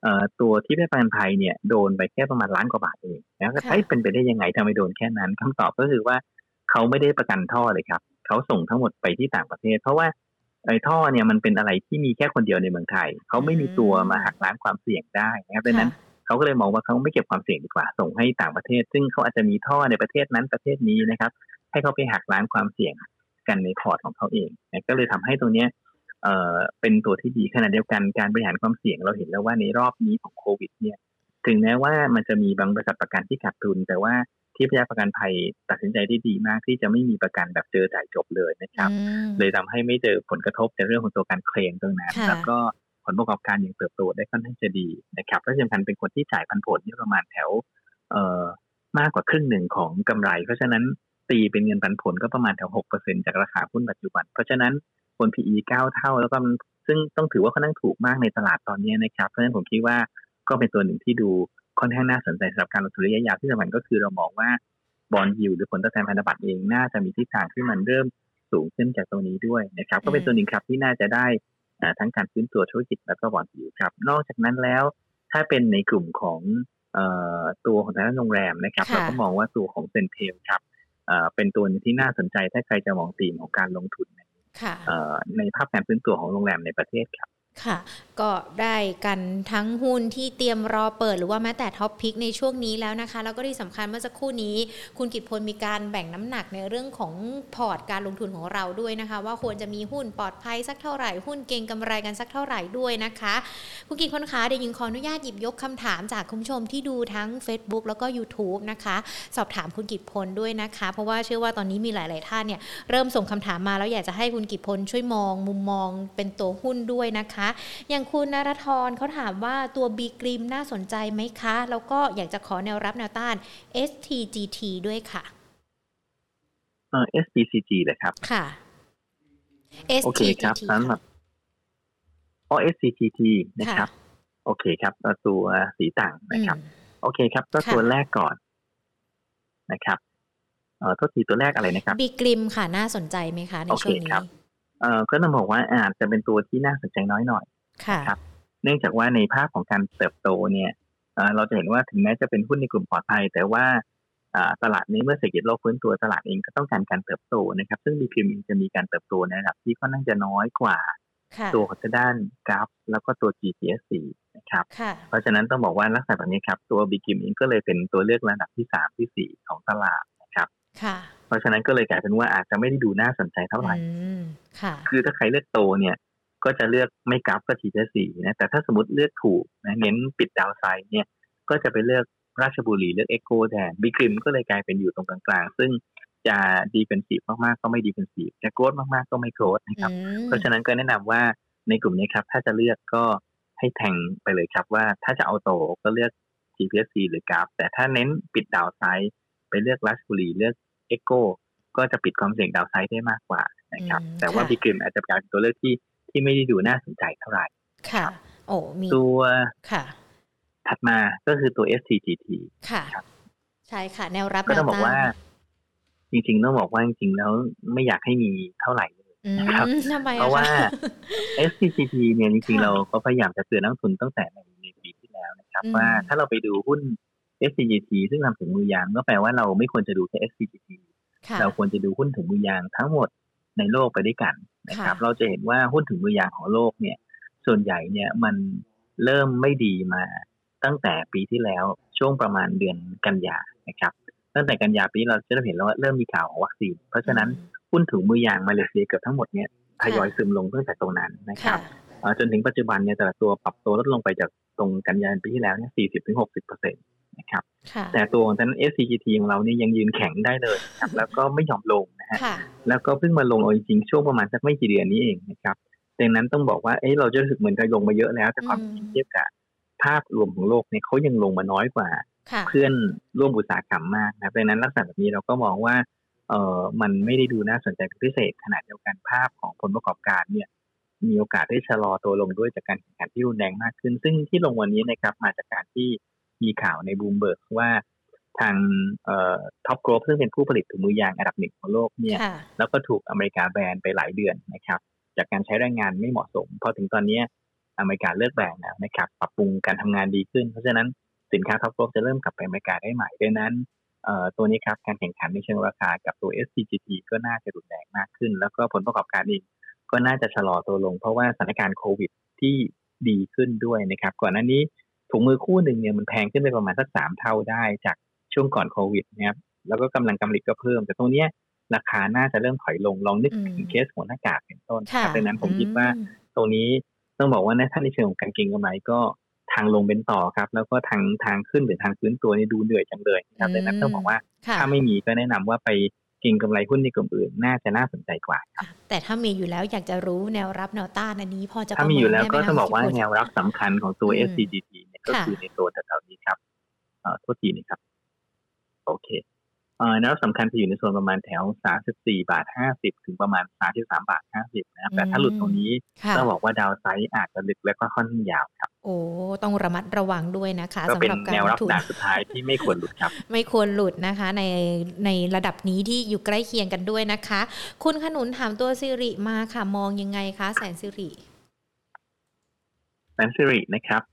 เอ่อตัวที่ได้ประกันภัยเนี่ยโดนไปแค่ประมาณล้านกว่าบาทเองแล้วก็เฮ้ยเป็นไปได้ยังไงทำไมโดนแค่นั้นคำตอบก็คือว่าเขาไม่ได้ประกันท่อเลยครับเขาส่งทั้งหมดไปที่ต่างประเทศเพราะว่าไอ้ท่อเนี่ยมันเป็นอะไรที่มีแค่คนเดียวในเมืองไทยเขาไม่มีตัวมาหักล้างความเสี่ยงได้นะครับดังนั้นเขาก็เลยมองว่าเขาไม่เก็บความเสี่ยงดีกว่าส่งให้ต่างประเทศซึ่งเขาอาจจะมีท่อในประเทศนั้นประเทศนี้นะครับให้เขาไปหักล้างความเสี่ยงกันในพอร์ตของเขาเองนะก็เลยทำให้ตรงเนี้ยเอ่อเป็นตัวที่ดีขณะเดียวกันการบริหารความเสี่ยงเราเห็นแล้วว่าในรอบนี้ของโควิดเนี่ยถึงแม้ว่ามันจะมีบางบริษัทประกันที่ขาดทุนแต่ว่าที่พยาประกันภัยตัดสินใจได้ดีมากที่จะไม่มีประกันแบบเจอจ่ายจบเลยนะครับเลยทำให้ไม่เจอผลกระทบในเรื่องของตัวการเคลมตรงนั้นแล้วก็ผลประกอบการยังเติบโตได้ค่อนข้างจะดีนะครับและที่สำคัญเป็นคนที่จ่ายปันผลที่ประมาณแถวเอ่อมากกว่าครึ่งหนึ่งของกำไรเพราะฉะนั้นตีเป็นเงินปันผลก็ประมาณแถว หกเปอร์เซ็นต์ จากราคาหุ้นปัจจุบันเพราะฉะนั้นบน พี อี เก้าเท่าแล้วก็ซึ่งต้องถือว่าค่อนข้างถูกมากในตลาดตอนนี้นะครับเพราะฉะนั้นผมคิดว่าก็เป็นตัวหนึ่งที่ดูค่อนข้างน่าสนใจสำหรับการลงทุนระยะยาวที่สำคัญก็คือเรามองว่าบอนด์ยิลด์หรือผลตอบแทนพันธบัตรเองน่าจะมีทิศทางที่มันเริ่มสูงขึ้นจากตรงนี้ด้วยนะครับก็เป็นตัวหนึ่งครับที่น่าจะได้ทั้งการฟื้นตัวธุรกิจและก็บอนด์ยิลด์ครับนอกจากนั้นแล้วถ้าเป็นในกลุ่มของเอ่อตัวของทางด้านโรงแรมนะครับเราก็มองว่าตัวของเซนเทลครับเอ่อเป็นตัวนึงที่น่าสนใจถ้าใครจะมองธีมของการลงทุนในภาพการฟื้นตัวของโรงแรมในประเทศครับค่ะก็ได้กันทั้งหุ้นที่เตรียมรอเปิดหรือว่าแม้แต่ท็อปพิกในช่วงนี้แล้วนะคะแล้วก็ที่สำคัญเมื่อสักครู่นี้คุณกิตพลมีการแบ่งน้ำหนักในเรื่องของพอร์ตการลงทุนของเราด้วยนะคะว่าควรจะมีหุ้นปลอดภัยสักเท่าไหร่หุ้นเก็งกำไรกันสักเท่าไหร่ด้วยนะคะคุณกิตพลคะเดี๋ยวยิงขออนุญาตหยิบยกคำถามจากคุณผู้ชมที่ดูทั้ง Facebook แล้วก็ YouTube นะคะสอบถามคุณกิตพลด้วยนะคะเพราะว่าเชื่อว่าตอนนี้มีหลายๆท่านเนี่ยเริ่มส่งคำถามมาแล้วอยากจะให้คุณกิตพลช่วยมองมุมมองเป็นตัวหุ้นด้วยนะคะอย่างคุณนรธรเขาถามว่าตัว B กริมน่าสนใจไหมคะแล้วก็อยากจะขอแนวรับแนวต้าน เอส ที จี ที ด้วยค่ะเอ่อ เอส ที ซี จี เลยครับค่ะเอส ที จี ที ครับสำหรับอ๋อ เอส ที จี ที นะครับโอเคครับตัวสีต่างนะครับโอเคครับก็ตัวแรกก่อนนะครับเอ่อโทษทีตัวแรกอะไรนะครับ B กริมค่ะน่าสนใจไหมคะในช่วงนี้เอ่อก็ต้องบอกว่าอาจจะเป็นตัวที่น่าสนใจน้อยหน่อยครับเนื่องจากว่าในภาพของการเติบโตเนี่ยเราจะเห็นว่าถึงแม้จะเป็นหุ้นในกลุ่มปลอดภัยแต่ว่าตลาดนี้เมื่อเศรษฐกิจโลกฟื้นตัวตลาดเองก็ต้องการการเติบโตนะครับซึ่ง B กริมจะมีการเติบโตในระดับที่ค่อนข้างจะน้อยกว่าตัวของด้านกราฟแล้วก็ตัว จี พี เอส สี่ นะครับเพราะฉะนั้นต้องบอกว่าลักษณะแบบนี้ครับตัว B กริมเองก็เลยเป็นตัวเลือกระดับที่สามที่สี่ของตลาดนะครับเพราะฉะนั้นก็เลยกลายเป็นว่าอาจจะไม่ได้ดูน่าสนใจเท่าไหร่คือถ้าใครเลือกโตเนี่ยก็จะเลือกไม่กราฟก็ จี พี เอส สี่ นะแต่ถ้าสมมติเลือกถูกนะเน้นปิดดาวไซด์เนี่ยก็จะไปเลือกราชบุรีเลือกเอ็กโกแทน B กริมก็เลยกลายเป็นอยู่ตรงกลางๆซึ่งจะดีเป็นสีมากๆก็ไม่ดีเป็นสีจะโกรธมากๆก็ไม่โกรธนะครับเพราะฉะนั้นก็แนะนำว่าในกลุ่มนี้ครับถ้าจะเลือกก็ให้แทงไปเลยครับว่าถ้าจะเอาโตก็เลือก จี พี เอส สี่ หรือกราฟแต่ถ้าเน้นปิดดาวไซด์ไปเลือกราชบุรีเลือกเอ็กโกก็จะปิดความเสี่ยงดาวไซด์ได้มากกว่านะครับแต่ว่า B กริมอาจจะเป็นตัวเลือกที่ที่ไม่ได้ดูน่าสนใจเท่าไหร่ค่ะโอ้มีตัวค่ะถัดมาก็คือตัว เอส ที จี ทีค่ะใช่ค่ะแนวรับก็ต้องบอกว่าจริงๆต้องบอกว่าจริงๆแล้วไม่อยากให้มีเท่าไหร่เลยนะครับเพราะว่า เอส ที จี ที เนี่ยจริงๆเราก็พยายามจะเตือนนักลงทุนตั้งแต่ในในปีที่แล้วนะครับว่าถ้าเราไปดูหุ้น เอส ที จี ที ซึ่งทำถุงมือยางก็แปลว่าเราไม่ควรจะดูแค่ เอส ที จี ที เราควรจะดูหุ้นถุงมือยางทั้งหมดในโลกไปด้วยกันนะครับเราจะเห็นว่าหุ้นถุงมือยางของโลกเนี่ยส่วนใหญ่เนี่ยมันเริ่มไม่ดีมาตั้งแต่ปีที่แล้วช่วงประมาณเดือนกันยานะครับตั้งแต่กันยาปีเราจะเห็นแล้วว่าเริ่มมีข่าวของวัคซีนเพราะฉะนั้นหุ้นถุงมือยางมาเลเซียเกือบทั้งหมดเนี่ยทยอยซึมลงตั้งแต่ตรงนั้นนะครับจนถึงปัจจุบันเนี่ยแต่ละตัวปรับตัวลดลงไปจากตรงกันยาปีที่แล้วเนี่ย สี่สิบถึงหกสิบเปอร์เซ็นต์ นะครับแต่ตัวของท่าน เอส ซี จี ที ของเราเนี่ยยังยืนแข็งได้เลยครับแล้วก็ไม่ยอมลงนะฮะแล้วก็เพิ่งมาลงเอาจริงๆช่วงประมาณสักไม่กี่เดือนนี้เองนะครับดังนั้นต้องบอกว่าเอ้เราจะรู้สึกเหมือนกับลงมาเยอะแล้วแต่ความจริงเทียบกับภาพรวมของโลกเนี่ยเขายังลงมาน้อยกว่าเพื่อนร่วมอุตสาหกรรมมากนะดังนั้นลักษณะแบบนี้เราก็มองว่าเออมันไม่ได้ดูน่าสนใจเป็นพิเศษขนาดเดียวกันภาพของผลประกอบการเนี่ยมีโอกาสได้ชะลอตัวลงด้วยจากการแข่งขันที่รุนแรงมากขึ้นซึ่งที่ลงวันนี้นะครับมาจากการที่มีข่าวในบูมเบิร์กว่าทางเอ่อท็อปโกลบซึ่งเป็นผู้ผลิตถุงมือยางอันดับหนึ่งของโลกเนี่ยแล้วก็ถูกอเมริกาแบนไปหลายเดือนนะครับจากการใช้แรงงานไม่เหมาะสมพอถึงตอนนี้อเมริกาเลิกแบนแล้วนะครับปรับปรุงการทำงานดีขึ้นเพราะฉะนั้นสินค้าท็อปโลกจะเริ่มกลับไปอเมริกาได้ใหม่ดังนั้นเอ่อตัวนี้ครับการแข่งขันในเชิงราคากับตัว เอส ซี จี ที ก็น่าจะรุนแรงมากขึ้นแล้วก็ผลประกอบการเองก็น่าจะชะลอตัวลงเพราะว่าสถานการณ์โควิดที่ดีขึ้นด้วยนะครับก่อนหน้านี้ถุงมือคู่หนึ่งเนี่ยมันแพงขึ้นไปประมาณสักสามเท่าได้จากช่วงก่อนโควิดนะครับแล้วก็กำลังกำไรก็เพิ่มแต่ตรงเนี้ยราคาน่าจะเริ่มถอยลงลองนึกถึงเคสหัวหน้ากากเป็นต้นครับดังนั้นผมคิดว่าตรงนี้ต้องบอกว่าในท่านในเชิงของการเก็งกำไรก็ทางลงเป็นต่อครับแล้วก็ทางทางขึ้นหรือทางฟื้นตัวนี่ดูเหนื่อยจังเลยครับดังนั้นต้องบอกว่าถ้าไม่มีก็แนะนำว่าไปเก็งกำไรหุ้นในกลุ่มอื่นน่าจะน่าสนใจกว่าครับแต่ถ้ามีอยู่แล้วอยากจะรู้แนวรับแนวต้านอันนี้พอจะถ้ามีอยู่แล้วก็ต้องบอกว่าแนวรับสำคัญของตัว เอส ซี จี ที เนี่ยก็คือในโซนแถวๆนี้ครับเอ่อโทษทีนะครับโอเคเอ่อแนวรับสำคัญจะอยู่ในโซนประมาณแถวสามสิบสี่บาทห้าสิบถึงประมาณสามสิบสามบาทห้าสิบนะครับแต่ถ้าหลุดตรงนี้ต้องบอกว่าดาวไซด์อาจจะลึกและก็ค่อนข้างยาวครับโอ้ต้องระมัดระวังด้วยนะคะสำหรับการลงทุนแนวรับสุดท้ายที่ไม่ควรหลุดครับไม่ควรหลุดนะคะในในระดับนี้ที่อยู่ใกล้เคียงกันด้วยนะคะคุณขนุนถามตัวสิริมาค่ะมองยังไงคะแสนสิริแสนสิรินะครับ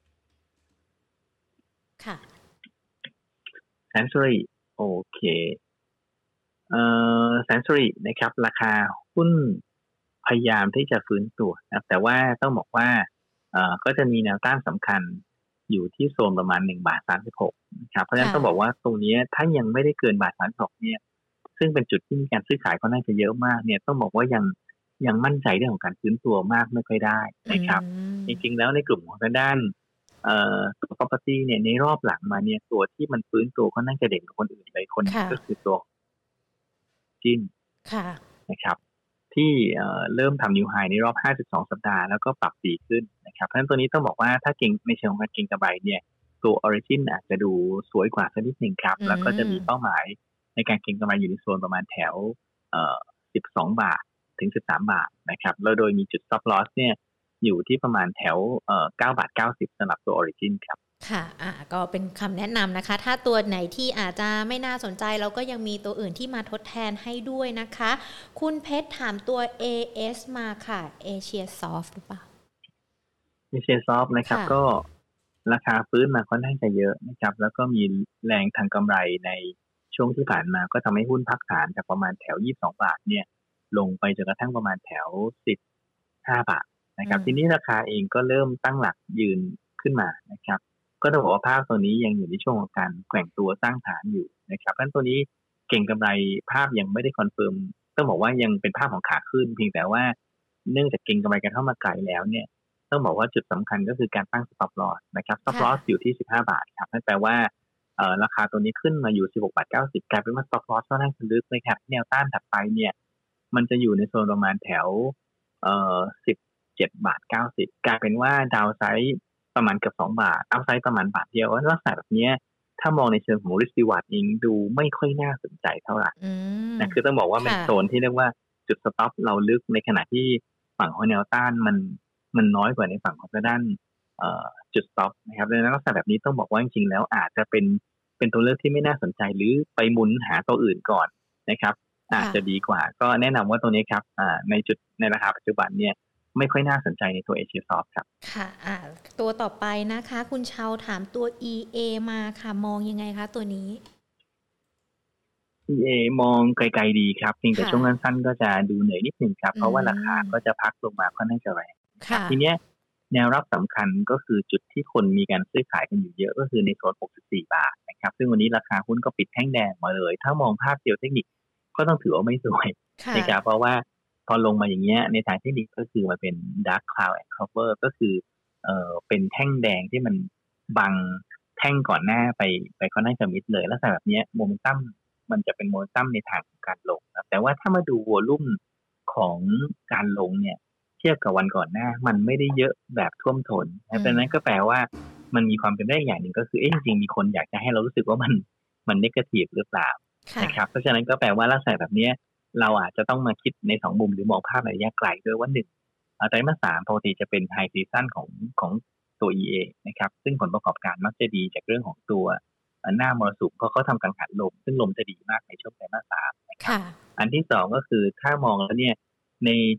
ค่ะแสนสิริโอเคเอ่อแสนสิรินะครับราคาหุ้นพยายามที่จะฟื้นตัวนะครับแต่ว่าต้องบอกว่าเอ่อก็จะมีแนวต้านสำคัญอยู่ที่โซนประมาณหนึ่งบาทสามสิบหกนะครับเพราะฉะนั้นต้องบอกว่าตรงนี้ถ้ายังไม่ได้เกินบาทสามสิบหกเนี่ยซึ่งเป็นจุดที่มีการซื้อขายก็น่าจะเยอะมากเนี่ยต้องบอกว่ายังยังมั่นใจเรื่องของการฟื้นตัวมากไม่ค่อยได้นะครับจริงๆแล้วในกลุ่มของทางด้านเอ่อตัว property เนี่ยในรอบหลังมาเนี่ยตัวที่มันฟื้นตัวก็น่าจะเด่นกว่าคนอื่นเลยคนก็คือตัวจินนะครับที่เอ่อเริ่มทำนิวไฮในรอบห้าสิบสองสัปดาห์แล้วก็ปรับดีขึ้นนะครับเพราะฉะนั้นตัวนี้ต้องบอกว่าถ้าเก่งในเชิงของการเก็งกำไรเนี่ยตัว Origin อาจจะดูสวยกว่าสักนิดนึงครับแล้วก็จะมีเป้าหมายในการเก็งกำไรอยู่ในโซนประมาณแถวเอ่อสิบสองบาทถึงสิบสามบาทนะครับแล้วโดยมีจุด stop loss เนี่ยอยู่ที่ประมาณแถวเอ่อเก้าบาทเก้าสิบสำหรับตัว Origin ครับค่ะอ่าก็เป็นคำแนะนำนะคะถ้าตัวไหนที่อาจจะไม่น่าสนใจเราก็ยังมีตัวอื่นที่มาทดแทนให้ด้วยนะคะคุณเพชรถามตัว เอ เอส มาค่ะ Asia Soft หรือเปล่า Asia Soft นะครับก็ราคาฟื้นมาค่อนข้างจะเยอะนะครับแล้วก็มีแรงทางกำไรในช่วงที่ผ่านมาก็ทำให้หุ้นพักฐานจากประมาณแถวยี่สิบสองบาทเนี่ยลงไปจนกระทั่งประมาณแถวสิบห้าบาทนะครับทีนี้ราคาเองก็เริ่มตั้งหลักยืนขึ้นมานะครับก็ต้องบอกว่าภาพตัวนี้ยังอยู่ในช่วงของการแกว่งตัวสร้างฐานอยู่นะครับเพราะฉะนั้นตัวนี้เก่งกำไรภาพยังไม่ได้คอนเฟิร์มต้องบอกว่ายังเป็นภาพของขาขึ้นเพียงแต่ว่าเนื่องจากเก่งกำไรกันเข้ามาไกลแล้วเนี่ยต้องบอกว่าจุดสำคัญก็คือการตั้ง stop loss นะครับ stop loss อยู่ที่สิบห้าบาทครับนั่นแปลว่าเอ่อราคาตัวนี้ขึ้นมาอยู่สิบหกบาทเก้าสิบกลายเป็นว่า stop loss ค่อนข้างลึกนะครับแนวต้านถัดไปเนี่ยมันจะอยู่ในโซนประมาณแถวเอ่อสิบเจ็ดบาทเก้าสิบกลายเป็นว่าดาวไซด์ประมาณเกือบสองบาทอัพไซด์ประมาณบาทเดียวลักษณะแบบนี้ถ้ามองในเชิงของ risk reward เองดูไม่ค่อยน่าสนใจเท่าไหร่นะคือต้องบอกว่าเป็นโซนที่เรียกว่าจุด stop เราลึกในขณะที่ฝั่งของแนวต้านมันมันน้อยกว่าในฝั่งของด้านจุด stop นะครับดังนั้นลักษณะแบบนี้ต้องบอกว่าจริงๆแล้วอาจจะเป็นเป็นตัวเลือกที่ไม่น่าสนใจหรือไปหมุนหาตัวอื่นก่อนนะครับอาจจะดีกว่าก็แนะนำว่าตัวนี้ครับในจุดในราคาปัจจุบันเนี่ยไม่ค่อยน่าสนใจในตัว Asia Soft ครับค่ะอ่าตัวต่อไปนะคะคุณเชาถามตัว อี เอ มาค่ะมองยังไงคะตัวนี้อี เอ มองไกลๆดีครับเพียงแต่ช่วงสั้นๆก็จะดูเหนื่อยนิดนึงครับเพราะว่าราคาก็จะพักลงมาค่อนข้างจะแรงทีเนี้ยแนวรับสำคัญก็คือจุดที่คนมีการซื้อขายกันอยู่เยอะก็คือในโซนหกสิบสี่บาทนะครับซึ่งวันนี้ราคาหุ้นก็ปิดแท่งแดงมาเลยถ้ามองภาพเดียวเทคนิคก็ต้องถือว่าไม่สวยนะครับเพราะว่าพอลงมาอย่างเงี้ยในทางเทคนิคก็คือมันเป็น dark cloud and cover ก็คือเอ่อเป็นแท่งแดงที่มันบังแท่งก่อนหน้าไปไปค่อนข้างจะมิดเลยแล้วแบบนี้โมเมนตัมมันจะเป็นโมเมนตัมในทางของการลงนะแต่ว่าถ้ามาดูวอลุ่มของการลงเนี่ยเทียบกับวันก่อนหน้ามันไม่ได้เยอะแบบท่วมท้นนะดังนั้นก็แปลว่ามันมีความเป็นได้อย่างหนึ่งก็คือเอ๊ะจริงๆมีคนอยากจะให้เรารู้สึกว่ามันมันเนกาทีฟหรือเปล่านะครับเพราะฉะนั้นก็แปลว่าลักษณะแบบนี้เราอาจจะต้องมาคิดในสองมุมหรือมองภาพในระยะไกลด้วยว่าหนึ่งไตรมาสสามปกติจะเป็นไฮซีซั่นของของตัว อี เอ นะครับซึ่งผลประกอบการมักจะดีจากเรื่องของตัวหน้ามรสุมเพราะเขาทำกังหันลมซึ่งลมจะดีมากในช่วงไตรมาสสามนะครับอันที่สองก็คือถ้ามองแล้วเนี่ยในจุด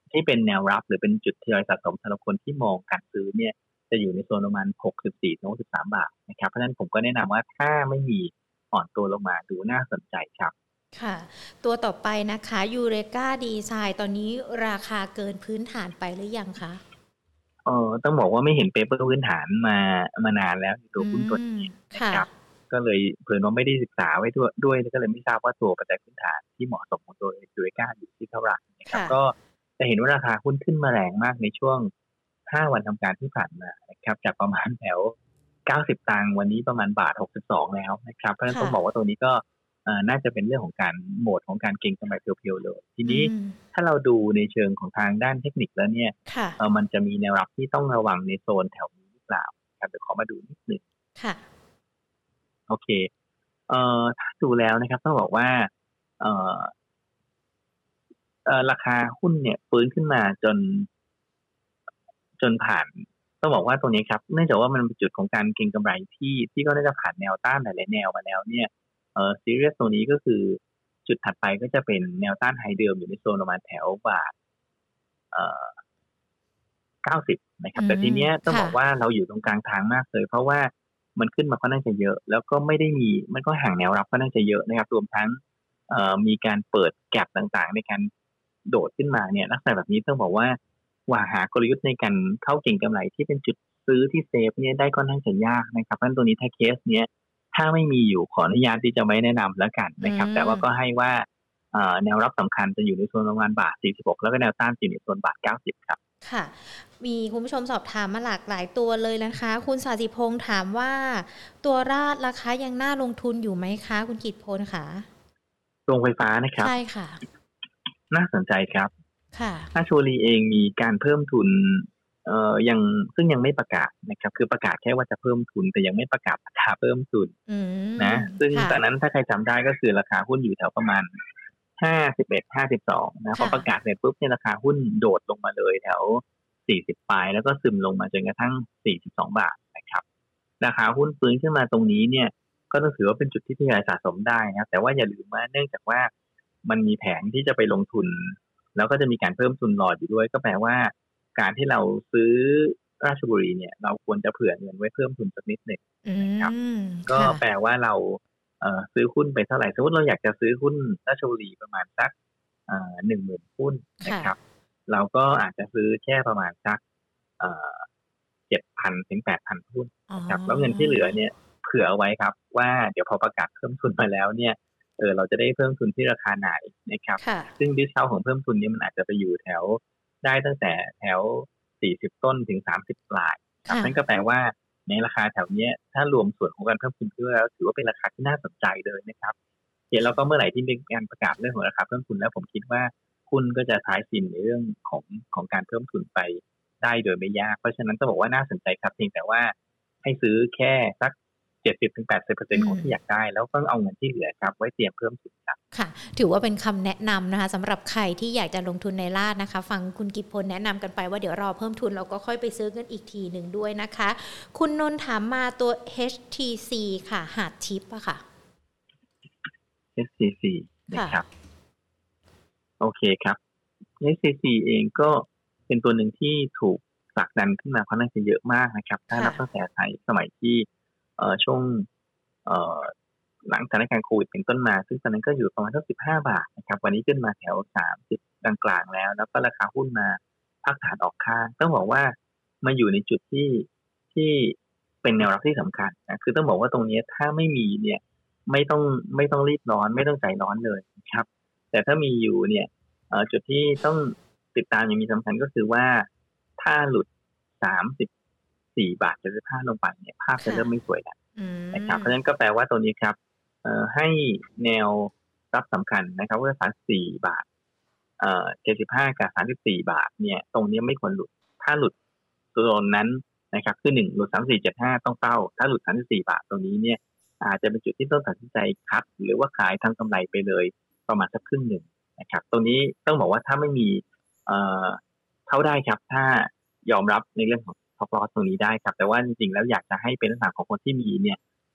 ที่เป็นแนวรับหรือเป็นจุดทยอยสะสมสำหรับคนที่มองการซื้อเนี่ยจะอยู่ในโซนประมาณ หกสิบสี่ถึงหกสิบสาม บาทนะครับเพราะฉะนั้นผมก็แนะนำว่าถ้าไม่มีอ่อนตัวลงมาดูน่าสนใจครับค่ะตัวต่อไปนะคะยูเรกาดีไซน์ตอนนี้ราคาเกินพื้นฐานไปหรือยังคะเออต้องบอกว่าไม่เห็นเปเปอร์พื้นฐานมามานานแล้วในตัวหุ้นตัวนี้นะครับก็เลยเผื่อว่าไม่ได้ศึกษาไว้ด้วยด้วยก็เลยไม่ทราบว่าตัวปัจจัยพื้นฐานที่เหมาะสมของตัวยูเรกาอยู่ที่เท่าไหร่นะครับก็จะเห็นว่าราคาหุ้นขึ้นมาแรงมากในช่วงห้าวันทำการที่ผ่านมานะครับจากประมาณแถวเก้าสิบตังค์วันนี้ประมาณบาทหกสิบสองแล้วนะครับเพราะฉะนั้นต้องบอกว่าตัวนี้ก็น่าจะเป็นเรื่องของการโหมดของการเก็งกำไรเพียวๆเลยทีนี้ถ้าเราดูในเชิงของทางด้านเทคนิคแล้วเนี่ยมันจะมีแนวรับที่ต้องระวังในโซนแถวนี้หรือเปล่าครับเดี๋ยวขอมาดูนิดนึงค่ะโอเคเอ่อถ้าดูแล้วนะครับต้องบอกว่าเอ่อเอ่อราคาหุ้นเนี่ยฟื้นขึ้นมาจนจนผ่านต้องบอกว่าตรงนี้ครับเนื่องจากว่ามันเป็นจุดของการเก็งกำไรที่ที่ก็น่าจะผ่านแนวต้านหลายๆแนวมาแล้วเนี่ยเอ่อซีเรียสตรงนี้ก็คือจุดถัดไปก็จะเป็นแนวต้านไฮเดิมอยู่ในโซนประมาณแถวบาทเอ่อเก้าสิบนะครับแต่ทีเนี้ยต้องบอกว่าเราอยู่ตรงกลางทางมากเลยเพราะว่ามันขึ้นมาค่อนข้างจะเยอะแล้วก็ไม่ได้มีมันก็ห่างแนวรับค่อนข้างจะเยอะนะครับรวมทั้งเอ่อมีการเปิดแก็ปต่างๆในการโดดขึ้นมาเนี่ยลักษณะแบบนี้ต้องบอกว่าว่าหากลยุทธ์ในการเข้าเก็งกำไรที่เป็นจุดซื้อที่เซฟเนี่ยได้ค่อนข้างจะยากนะครับเพราะฉะนั้นตัวนี้ถ้าเคสเนี้ยถ้าไม่มีอยู่ขออนุญาตที่จะไม่แนะนำแล้วกันนะครับแต่ว่าก็ให้ว่าแนวรับสำคัญจะอยู่ในโซนประมาณบาทสี่สิบหกแล้วก็แนวต้านอยู่ในโซนบาทเก้าสิบครับค่ะมีคุณผู้ชมสอบถามมาหลากหลายตัวเลยนะคะคุณศาสิพงษ์ถามว่าตัวราดราคายังน่าลงทุนอยู่ไหมคะคุณกิตพลคะโรงไฟฟ้านะครับใช่ค่ะน่าสนใจครับค่ะถ้าโชลีเองมีการเพิ่มทุนเอ่อยังซึ่งยังไม่ประกาศนะครับคือประกาศแค่ว่าจะเพิ่มทุนแต่ยังไม่ประกาศราคาเพิ่มทุนนะซึ่งตอนนั้นถ้าใครจำได้ก็คือราคาหุ้นอยู่แถวประมาณห้าสิบเอ็ด ห้าสิบสองนะพอประกาศเสร็จปุ๊บเนี่ยราคาหุ้นโดดลงมาเลยแถวสี่สิบปลายแล้วก็ซึมลงมาจนกระทั่งสี่สิบสองบาทนะครับราคาหุ้นฟื้นขึ้นมาตรงนี้เนี่ยก็ต้องถือว่าเป็นจุดที่ทยอยสะสมได้นะแต่ว่าอย่าลืมว่าเนื่องจากว่ามันมีแผนที่จะไปลงทุนแล้วก็จะมีการเพิ่มทุนรออยู่ด้วยก็แปลว่าการที่เราซื้อราชบุรีเนี่ยเราควรจะเผื่อเงินไว้เพิ่มทุนสักนิดหนึ่งนะครับก็แปลว่าเราเอ่อซื้อหุ้นไปเท่าไหร่สมมติเราอยากจะซื้อหุ้นราชบุรีประมาณสักเอ่อ หนึ่งหมื่น หุ้นนะครับเราก็อาจจะซื้อแค่ประมาณสักเอ่อ เจ็ดพัน ถึง แปดพัน หุ้นนะครับแล้วเงินที่เหลือเนี่ยเผื่อเอาไว้ครับว่าเดี๋ยวพอประกาศเพิ่มทุนมาแล้วเนี่ยเออเราจะได้เพิ่มทุนที่ราคาไหนนะครับซึ่งดิสเคาท์ของเพิ่มทุนนี้มันอาจจะไปอยู่แถวได้ตั้งแต่แถวสี่สิบต้นถึงสามสิบปลายครับนั่นก็แปลว่าในราคาแถวนี้ถ้ารวมส่วนของการเพิ่มทุนด้วยแล้วถือว่าเป็นราคาที่น่าสนใจเลยนะครับเดี๋ยวเราก็เมื่อไหร่ที่มีการประกาศเรื่องของราคาเพิ่มทุนแล้วผมคิดว่าหุ้นก็จะท้ายซินในเรื่องของของการเพิ่มทุนไปได้โดยไม่ยากเพราะฉะนั้นต้องบอกว่าน่าสนใจครับเพียงแต่ว่าให้ซื้อแค่สักเจ็ดสิบถึงแปดสิบเปอร์เซ็นต์ ของที่อยากได้แล้วก็เอาเงินที่เหลือครับไว้เตรียมเพิ่มทุนครับค่ะถือว่าเป็นคำแนะนำนะคะสำหรับใครที่อยากจะลงทุนในลาดนะคะฟังคุณกิตพลแนะนำกันไปว่าเดี๋ยวรอเพิ่มทุนเราก็ค่อยไปซื้อกันอีกทีหนึ่งด้วยนะคะคุณนนท์ถามมาตัว เอช ที ซี ค่ะหาดทิปอะค่ะเอช ที ซี นะครับโอเคครับ เอช ที ซี เองก็เป็นตัวหนึ่งที่ถูกผลักดันขึ้นมาค่อนข้างจะเยอะมากนะครับถ้านับตั้งแต่ไทยสมัยที่เอ่อช่วงเอ่อหลังสถานการณ์โควิดเป็นต้นมาซึ่งตอนนั้นก็อยู่ประมาณสักสิบห้าบาทนะครับวันนี้ขึ้นมาแถวสามสิบกลางๆแล้วแล้วก็ราคาหุ้นมาพักฐานออกข้างต้องบอกว่ามาอยู่ในจุดที่ที่เป็นแนวรับที่สำคัญนะคือต้องบอกว่าตรงนี้ถ้าไม่มีเนี่ยไม่ต้องไม่ต้องรีบร้อนไม่ต้องใจร้อนเลยนะครับแต่ถ้ามีอยู่เนี่ยจุดที่ต้องติดตามอย่างมีสำคัญก็คือว่าถ้าหลุดสามสิบสี่บาทเจ็ดสิบห้าลงไปเนี่ยภาพจะเริ่มไม่สวยแล้วนะครับเพราะฉะนั้นก็แปลว่าตัวนี้ครับให้แนวรับสำคัญนะครับว่าสามสิบสี่บาทเอ่อเจ็ดสิบห้ากับสามสิบสี่บาทเนี่ยตรงนี้ไม่ควรหลุดถ้าหลุดโซนนั้นนะครับคือหนึ่งหลุดสามสิบสี่ เจ็ดสิบห้าต้องเป้าถ้าหลุดสามสิบสี่บาทตรงนี้เนี่ยอาจจะเป็นจุดที่ต้องตัดสินใจคัดหรือว่าขายทางกำไรไปเลยประมาณสักครึ่งหนึ่งนะครับตรงนี้ต้องบอกว่าถ้าไม่มีเอ่อเข้าได้ครับถ้ายอมรับในเรื่องของท็อปลอสตรงนี้ได้ครับแต่ว่าจริงๆแล้วอยากจะให้เป็นลักษณะของคนที่มีเนี่ย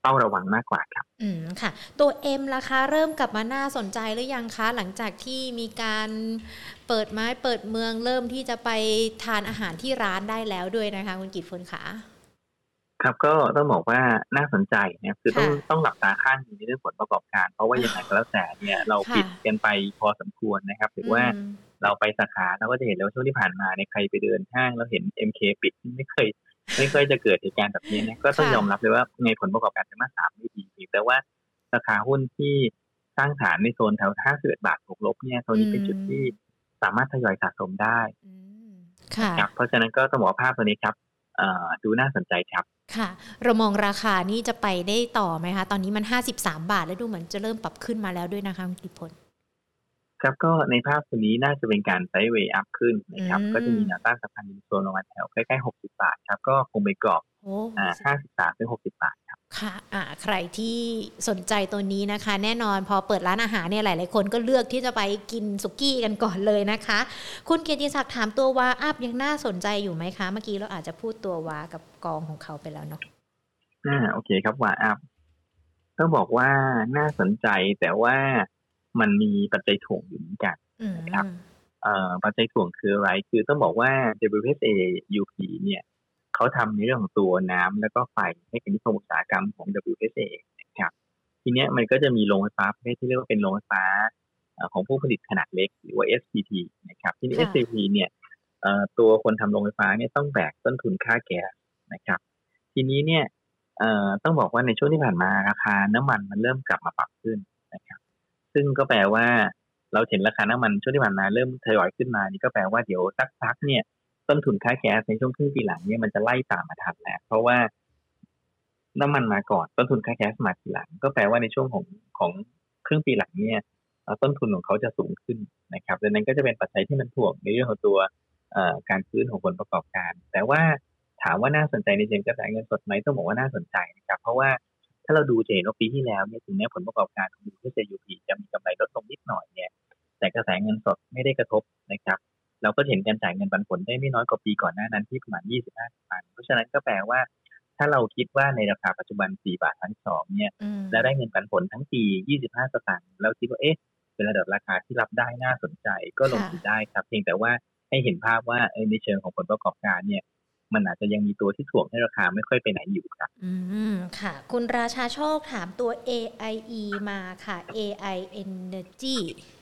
เฝ้าระวังมากกว่าครับอืมค่ะตัว M ล่ะคะเริ่มกลับมาน่าสนใจหรือยังคะหลังจากที่มีการเปิดไม้เปิดเมืองเริ่มที่จะไปทานอาหารที่ร้านได้แล้วด้วยนะคะคุณกิตติพลขาครับก็ต้องบอกว่าน่าสนใจนะครับคือต้องค่ะต้องหลับตาข้างหนึ่งในเรื่องผลประกอบการเพราะว่ายังไงก็แล้วแต่เนี่ยเราปิค่ะดกันไปพอสมควรนะครับหรือว่าอืมเราไปสาขาเราก็จะเห็นแล้วช่วงที่ผ่านมาเนี่ยใครไปเดินห้างแล้วเห็น เอ็ม เค ปิดไม่เคยไม่ค่อยจะเกิดเหตุการณ์แบบนี้นะก็ต้องค่ะยอมรับเลยว่าในผลประกอบการไตรมาสสามไม่ดีเพียงแต่ว่าราคาหุ้นที่สร้างฐานในโซนแถวห้าสิบเอ็ดบาทบวกลบเนี่ยตรงอืนี้เป็นจุดที่มสามารถทยอยสะสมได้อืมนะค่ะครับเพราะฉะนั้นก็ต้องบอกว่าภาพตัวนี้ครับเอ่อดูน่าสนใจครับค่ะเรามองราคานี่จะไปได้ต่อไหมคะตอนนี้มันห้าสิบสามบาทแล้วดูเหมือนจะเริ่มปรับขึ้นมาแล้วด้วยนะคะคุณกิตติพลครับก็ในภาพตัวนี้น่าจะเป็นการไซด์เวย์อัพขึ้นอืนะครับก็จะมมีแนวต้านสำคัญอยู่โซนประมาณแถวใกล้ๆหกสิบบาทครับก็คงเป็นกรอบโอ้อ่าห้าสิบสามถึงหกสิบบาทครับค่ะอ่าใครที่สนใจตัวนี้นะคะแน่นอนพอเปิดร้านอาหารเนี่ยหลายๆคนก็เลือกที่จะไปกินสุกี้กันก่อนเลยนะคะคุณเกียรติศักดิ์ถามตัววาอัพยังน่าสนใจอยู่ไหมคะเมื่อกี้เราอาจจะพูดตัววากับกองของเขาไปแล้วเนาะอ่าโอเคครับว่าอัพต้องบอกว่าน่าสนใจแต่ว่ามันมีปัจจัยถ่วงอยู่เหมือนกันอืนะครับมเอ่อปัจจัยถ่วงคืออะไรคือต้องบอกว่า ดับเบิลยู เอช เอ ยู พี เนี่ยเขาทำในเรื่องของตัวน้ำแล้วก็ไฟให้กับนิคมอุตสาหกรรมของ ดับเบิลยู เอช เอ นะครับทีเนี้ยมันก็จะมีโรงไฟฟ้าประเภทที่เรียกว่าเป็นโรงไฟฟ้าเอ่อของผู้ผลิตขนาดเล็กหรือว่า เอส พี ที นะครับทีนี้ค่ะเอส พี ที เนี่ยเอ่อตัวคนทำโรงไฟฟ้าเนี่ยต้องแบกต้นทุนค่าแก๊สนะครับทีนี้เนี่ยเอ่อต้องบอกว่าในช่วงที่ผ่านมาราคาน้ำมันมันเริ่มกลับมาปรับขึ้นนะครับซึ่งก็แปลว่าเราเห็นราคาน้ำมันช่วงที่ผ่านมาเริ่มทยอยขึ้นมานี่ก็แปลว่าเดี๋ยวสักพักเนี่ยต้นทุนค่าแก๊สในช่วงครึ่งปีหลังเนี่ยมันจะไล่ตามมาทันแล้วเพราะว่าน้ำมันมาก่อนต้นทุนค่าแก๊สมาทีหลังก็แปลว่าในช่วงของของครึ่งปีหลังเนี่ยเอ่อต้นทุนของเขาจะสูงขึ้นนะครับดังนั้นก็จะเป็นปัจจัยที่มันถ่วงในเรื่องของตัวเอ่อการฟื้นของผลประกอบการแต่ว่าถามว่าน่าสนใจในเชิงกระแสเงินสดไหมต้องบอกว่าน่าสนใจนะครับเพราะว่าถ้าเราดูจะเห็นว่าปีที่แล้วเนี่ยถึงแม้ผลประกอบการของ ดับเบิลยู เอช ยู พี จะมีกำไรลดลงนิดหน่อยเนี่ยแต่กระแสเงินสดไม่ได้กระทบนะครับเราก็เห็นการจ่ายเงินปันผลได้ไม่น้อยกว่าปีก่อนหน้านั้นที่ประมาณยี่สิบห้าสตางค์เพราะฉะนั้นก็แปลว่าถ้าเราคิดว่าในราคาปัจจุบันสี่บาททั้งสองเนี่ยอืมแล้วได้เงินปันผลทั้งปียี่สิบห้าสตางค์แล้วคิดว่าเอ๊ะเป็นระดับราคาที่รับได้น่าสนใจก็ลงค่ะทุนได้ครับเพียงแต่ว่าให้เห็นภาพว่าเออในเชิงของผลประกอบการเนี่ยมันอาจจะยังมีตัวที่ถ่วงให้ราคาไม่ค่อยไปไหนอยู่ครับอืมค่ะคุณราชาโชคถามตัว เอ ไอ อี มาค่ะ เอ ไอ Energy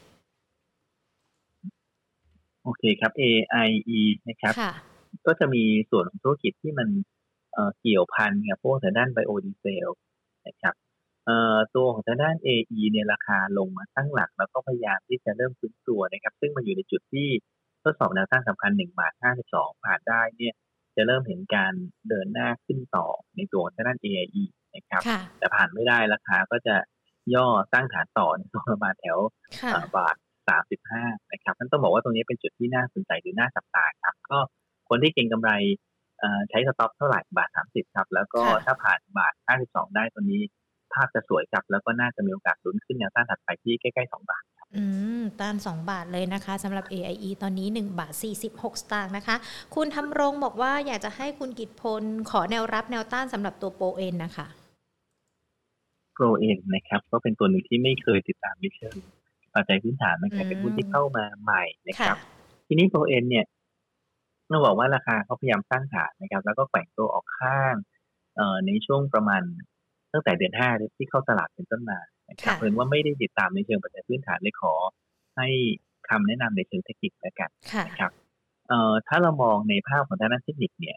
โอเคครับ เอ ไอ อี นะครับค่ะก็จะมีส่วนของธุรกิจที่มันเอ่อเกี่ยวพันกับพวกทางด้านไบโอดีเซลนะครับเอ่อตัวของทางด้าน เอ อี เนี่ยราคาลงมาตั้งหลักแล้วก็พยายามที่จะเริ่มฟื้นตัวนะครับซึ่งมันอยู่ในจุดที่ทดสอบแนวต้านสำคัญหนึ่งบาทห้าสิบสองผ่านได้เนี่ยจะเริ่มเห็นการเดินหน้าขึ้นต่อในตัวของทางด้าน เอ ไอ อี นะครับค่ะแต่ผ่านไม่ได้ราคาก็จะย่อสร้างฐานต่อในโซนประมาณแถวค่ะเอ่อบาทสามสิบห้านะครับนั่นต้องบอกว่าตรงนี้เป็นจุดที่น่าสนใจหรือน่าจับตาครับก็คนที่เก็งกำไรเอ่อใช้สต็อปเท่าไหร่บาทสามสิบครับแล้วก็ค่ะถ้าผ่านบาทห้าสิบสองได้ตัวนี้ภาพจะสวยครับแล้วก็น่าจะมีโอกาสลุ้นขึ้นแนวต้านถัดไปที่ใกล้ๆสองบาทอืมต้านสองบาทเลยนะคะสำหรับ เอ ไอ อี ตอนนี้หนึ่งบาทสี่สิบหกสตางค์นะคะคุณธำรงบอกว่าอยากจะให้คุณกิตติพลขอแนวรับแนวต้านสำหรับตัวโปรเอ็นนะคะโปรเอ็นนะครับก็เป็นตัวหนึ่งที่ไม่เคยติดตามในเชิงปัจจัยพื้นฐานมันอืกลายเป็นหุ้นมที่เข้ามาใหม่นะคค่ะรับทีนี้โปรเอ็นเนี่ยต้องบอกว่าราคาเขาพยายามสร้างฐานนะครับแล้วก็แกว่งตัวออกข้างเอ่อในช่วงประมาณตั้งแต่เดือนห้าที่เข้าตลาดเป็นต้นมานะครับค่ะเพิ่นว่าไม่ได้ติดตามในเชิงปัจจัยพื้นฐานเลยขอให้คำแนะนำในเชิงเทคนิคแล้วกันค่ะนะครับเอ่อถ้าเรามองในภาพของทางด้านเทคนิคเนี่ย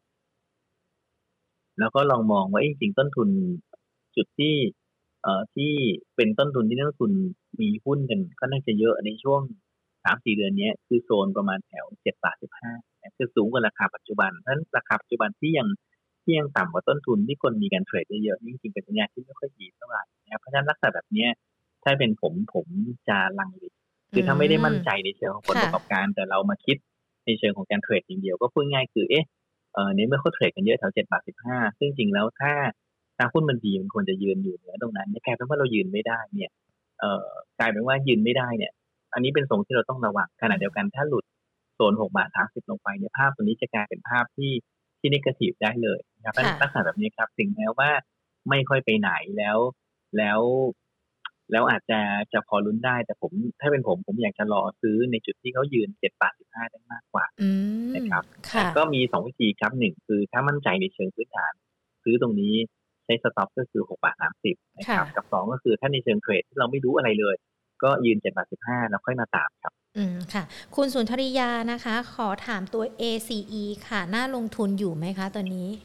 แล้วก็ลองมองว่าเอ๊ะจริงๆต้นทุนจุดที่เอ่อที่เป็นต้นทุนที่นักลงทุนมีหุ้นกันค่อนข้างจะเยอะในช่วง สามถึงสี่ เดือนเนี้ยคือโซนประมาณแถวเจ็ดบาทสิบห้านะคือสูงกว่าราคาปัจจุบันเพราะฉะนั้นราคาปัจจุบันที่ยังที่ยังต่ำกว่าต้นทุนที่คนมีการเทรดเยอะๆนี่จริงๆเป็นสัญญาณที่ไม่ค่อยดีเท่าไรนะครับเพราะฉะนั้นลักษณะแบบเนี้ยถ้าเป็นผมผมจะลังเลอืคือถ้าไม่ได้มั่มนใจในเชิงของผลปค่ะระกอบการแต่เรามาคิดในเชิงของการเทรดอย่างเดียวก็พูดง่ายๆคือเอ๊ะเอ่อในเมื่อเขาเทรดกันเยอะแถวเจ็ดบาทสิบห้าซึ่งจริงๆแล้วถ้าถ้าหุ้นมันดีมันควรจะยืนอยู่เหนือตรงนั้นแต่กลายเป็นว่าเรายืนไม่ได้เนี่ยเอ่อกลายเป็นว่ายืนไม่ได้เนี่ย อันนี้เป็นทรงที่เราต้องระวังขณะเดียวกันถ้าหลุดโซนหกบาทสามสิบลงไปเนี่ยภาพตัวนี้จะกลายเป็นภาพที่ที่ negative ได้เลยนะครับเพราะฉะนั้นค่ะลักษณะแบบนี้ครับถึงแม้ว่าไม่ค่อยไปไหนแล้วแล้วแล้วอาจจะจะพอลุ้นได้แต่ผมถ้าเป็นผมผมอยากจะรอซื้อในจุดที่เขายืนเจ็ดบาทสิบห้าได้มากกว่าอืมนะครับค่ะก็มีสองวิธีครับหนึ่งคือถ้ามั่นใจในเชิงพื้นฐานซื้อตรงนี้ใช้สต็อปก็คือหกบาทสามสิบนะครับกับสองก็คือถ้าในเชิงเทรดที่เราไม่รู้อะไรเลยก็ยืนเจ็ดบาทสิบห้าแล้วค่อยมาตามครับอืมค่ะคุณสุนทริยานะคะขอถามตัว เอ ซี อี ค่ะน่าลงทุนอยู่ไหมคะตอนนี้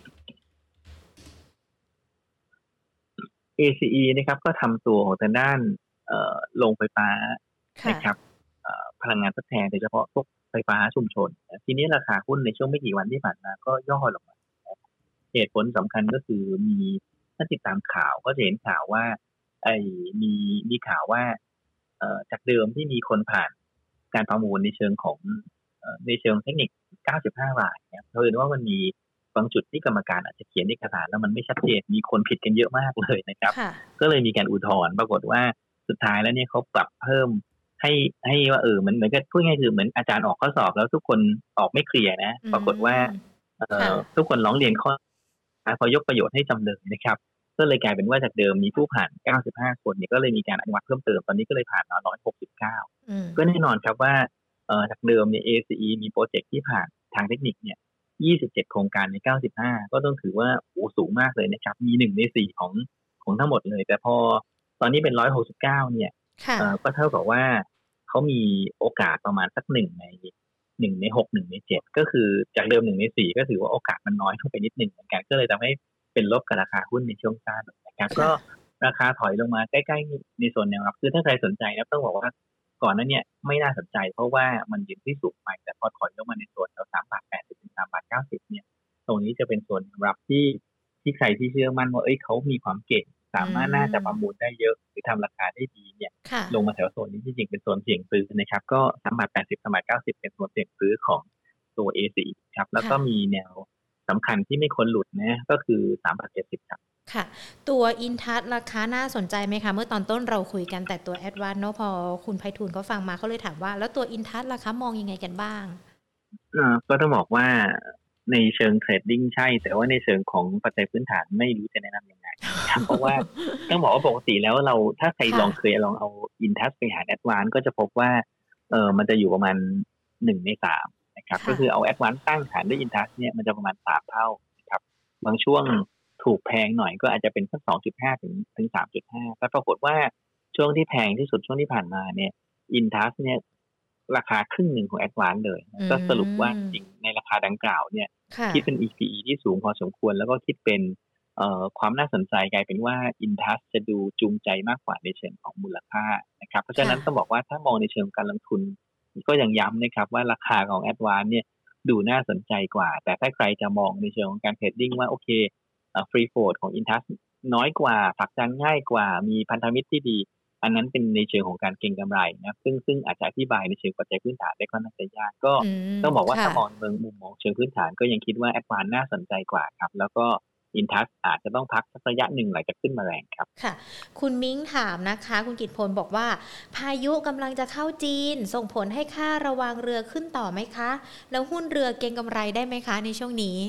เอ ซี อี นะครับก็ทำตัวของทางด้านโรงไฟฟ้านะครับพลังงานทดแทนโดยเฉพาะพวกไฟฟ้าชุมชนทีนี้ราคาหุ้นในช่วงไม่กี่วันที่ผ่านมาก็ย่อลงมาเหตุผลสำคัญก็คือมีถ้าติดตามข่าวก็จะเห็นข่าวว่าไอ้มีมีข่าวว่าจากเดิมที่มีคนผ่านการประมูลในเชิงของในเชิงเทคนิคเก้าสิบห้าบาทเนี่ยเพราะว่ามันมีบางจุดที่กรรมการอาจจะเขียนเอกสารแล้วมันไม่ชัดเจนมีคนผิดกันเยอะมากเลยนะครับก็เลยมีการอุทธรณ์ปรากฏว่าสุดท้ายแล้วเนี่ยเขาปรับเพิ่มให้ให้ว่าเออมันเหมือนกับพูดง่ายคือเหมือนอาจารย์ออกข้อสอบแล้วทุกคนออกไม่เคลียร์นะปรากฏว่าเอ่อทุกคนร้องเรียนข้อพอยกประโยชน์ให้จำเลยนะครับก็เลยกลายเป็นว่าจากเดิมมีผู้ผ่านเก้าสิบห้าคนเนี่ยก็เลยมีการอนุมัติเพิ่มเติมตอนนี้ก็เลยผ่านมาหนึ่งร้อยหกสิบเก้าก็แน่นอนครับว่าเอ่อจากเดิมเนี่ย เอ ซี อี มีโปรเจกต์ที่ผ่านทางเทคนิคเนี่ยยี่สิบเจ็ดโครงการในเก้าสิบห้าก็ต้องถือว่าโอ้สูงมากเลยนะครับมีหนึ่งในสี่ของของทั้งหมดเลยแต่พอตอนนี้เป็นหนึ่งร้อยหกสิบเก้าเนี่ยเอ่อก็เท่ากับว่าเขามีโอกาสประมาณสักหนึ่งในหนึ่งในหก หนึ่งในเจ็ดก็คือจากเดิมหนึ่งในสี่ก็ถือว่าโอกาสมันน้อยลงไปนิดนึงเหมือนกันก็เลยทำให้เป็นลบกับราคาหุ้นในช่วงสั้นนะครับก็ราคาถอยลงมาใกล้ๆในโซนแนวรับคือถ้าใครสนใจนะต้องบอกว่าก่อนนั้นเนี่ยไม่น่าสนใจเพราะว่ามันยืนที่สูงไปแต่พอถอยลงมาในโซนแถวสามบาทแปดสิบถึงสามบาทเก้าสิบเนี่ยตรงนี้จะเป็นโซนรับที่ที่ใครที่เชื่อมั่นว่าเอ้ยเขามีความเก่งสามารถน่าจะประมูลได้เยอะหรือทำราคาได้ดีเนี่ยลงมาแถวโซนนี้จริงๆเป็นโซนเสี่ยงซื้อนะครับก็สามบาทแปดสิบ สามบาทเก้าสิบเป็นโซนเสี่ยงซื้อของตัว เอ ซี อี ครับแล้วก็มีแนวสำคัญที่ไม่ควรหลุดนะก็คือสามบาทเจ็ดสิบครับค่ะตัวอินทัศราคาน่าสนใจไหมคะเมื่อตอนต้นเราคุยกันแต่ตัวแอดวานซ์เนาะพอคุณไพฑูรย์เขาฟังมาเขาเลยถามว่าแล้วตัวอินทัศราคามองยังไงกันบ้างอ่าก็ต้องบอกว่าในเชิงเทรดดิ้งใช่แต่ว่าในเชิงของปัจจัยพื้นฐานไม่รู้จะแนะนำยังไงเพราะว่าต้องบอกว่าปกติแล้วเราถ้าใครลองเคยลองเอาอินทัศไปหาแอดวานซ์ก็จะพบว่าเออมันจะอยู่ประมาณหนึ่งในสามนะครับก็คือเอาแอดวานซ์ตั้งฐานด้วยอินทัศเนี่ยมันจะประมาณสามเท่านะครับบางช่วงถูกแพงหน่อยก็อาจจะเป็นสัก สองจุดห้า ถึงถึง สามจุดห้า แต่ปรากฏว่าช่วงที่แพงที่สุดช่วงที่ผ่านมาเนี่ยอินทัศเนี่ยราคาครึ่งหนึ่งของแอดวานซ์เลยก็สรุปว่าจริงในราคาดังกล่าวเนี่ยคิดเป็น อี พี อี ที่สูงพอสมควรแล้วก็คิดเป็นเอ่อความน่าสนใจกลายเป็นว่าอินทัศจะดูจูงใจมากกว่าในเชิงของมูลค่านะครับเพราะฉะนั้นต้องบอกว่าถ้ามองในเชิงการลงทุนก็ยังย้ำนะครับว่าราคาของแอดวานซ์เนี่ยดูน่าสนใจกว่าแต่ถ้าใครจะมองในเชิงของการเทรดดิ้งว่าโอเคฟรีโฟลดของอินทัศน้อยกว่าผลักดันง่ายกว่ามีพันธมิตรที่ดีอันนั้นเป็นในเชิงของการเก็งกำไรนะซึ่งซึ่งอาจจะอธิบายในเชิงปัจจัยพื้นฐานได้ค่อนข้างจะยากก็ต้องบอกว่าถ้ามองเมืองมุมมองเชิงพื้นฐานก็ยังคิดว่าแอดวานซ์น่าสนใจกว่าครับแล้วก็อินทัศอาจจะต้องพักสักระยะหนึ่งหลังจากขึ้นมาแรงครับค่ะคุณมิ้งถามนะคะคุณกิตพลบอกว่าพายุกำลังจะเข้าจีนส่งผลให้ค่าระวางเรือขึ้นต่อไหมคะแล้วหุ้นเรือเก็งกำไรได้ไหมคะในช่วงนี้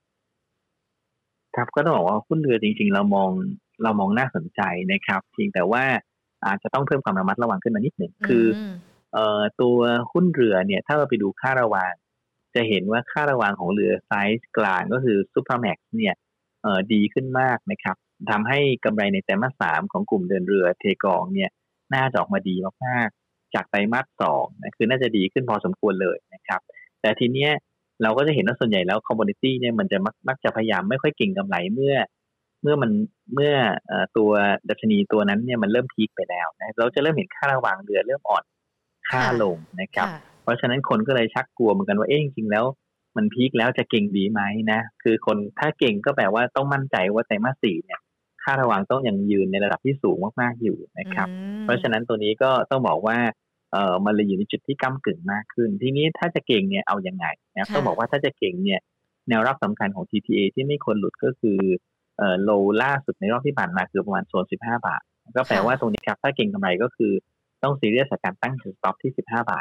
ครับก็ต้องบอกว่าหุ้นเรือจริงๆเรามองเรามองน่าสนใจนะครับเพียงแต่ว่าอาจจะต้องเพิ่มความระมัดระวังขึ้นมานิดหนึ่งคือเอ่อตัวหุ้นเรือเนี่ยถ้าเราไปดูค่าระวางจะเห็นว่าค่าระวางของเรือไซส์กลางก็คือ Supramax เนี่ยเอ่อดีขึ้นมากนะครับทำให้กำไรในไตรมาสสามของกลุ่มเดินเรือเทกองเนี่ยน่าจะออกมาดีมากๆจากไตรมาสสองนะคือน่าจะดีขึ้นพอสมควรเลยนะครับแต่ทีเนี้ยเราก็จะเห็นว่าส่วนใหญ่แล้วคอมมูนิตี้เนี่ยมันจะมักมักจะพยายามไม่ค่อยเก่งกำไรเมื่อเมื่อมันเมื่อตัวดัชนีตัวนั้นเนี่ยมันเริ่มพีคไปแล้วนะเราจะเริ่มเห็นค่าระวางเรือเริ่มอ่อนค่าลงนะครับเพราะฉะนั้นคนก็เลยชักกลัวเหมือนกันว่าเอ๊ะจริงๆแล้วมันพีคแล้วจะเก่งดีไหมนะคือคนถ้าเก่งก็แปลว่าต้องมั่นใจว่าไตรมาสสี่เนี่ยค่าระวางต้องยังยืนในระดับที่สูงมากๆอยู่นะครับเพราะฉะนั้นตัวนี้ก็ต้องบอกว่าเอ่อมันเลยอยู่ในจุดที่ก้ำกึ่งมากขึ้นทีนี้ถ้าจะเก่งเนี่ยเอายังไงนะต้องบอกว่าถ้าจะเก่งเนี่ยแนวรับสำคัญของ ที ที เอ ที่ไม่ควรหลุดก็คือเอ่อโลล่าสุดในรอบที่ผ่านมาคือประมาณโซนสิบห้าบาทก็แปลว่าตรงนี้ครับถ้าเก่งกำไรก็คือต้องซีเรียสกับการตั้งจุดสต็อปที่สิบห้าบาทครับ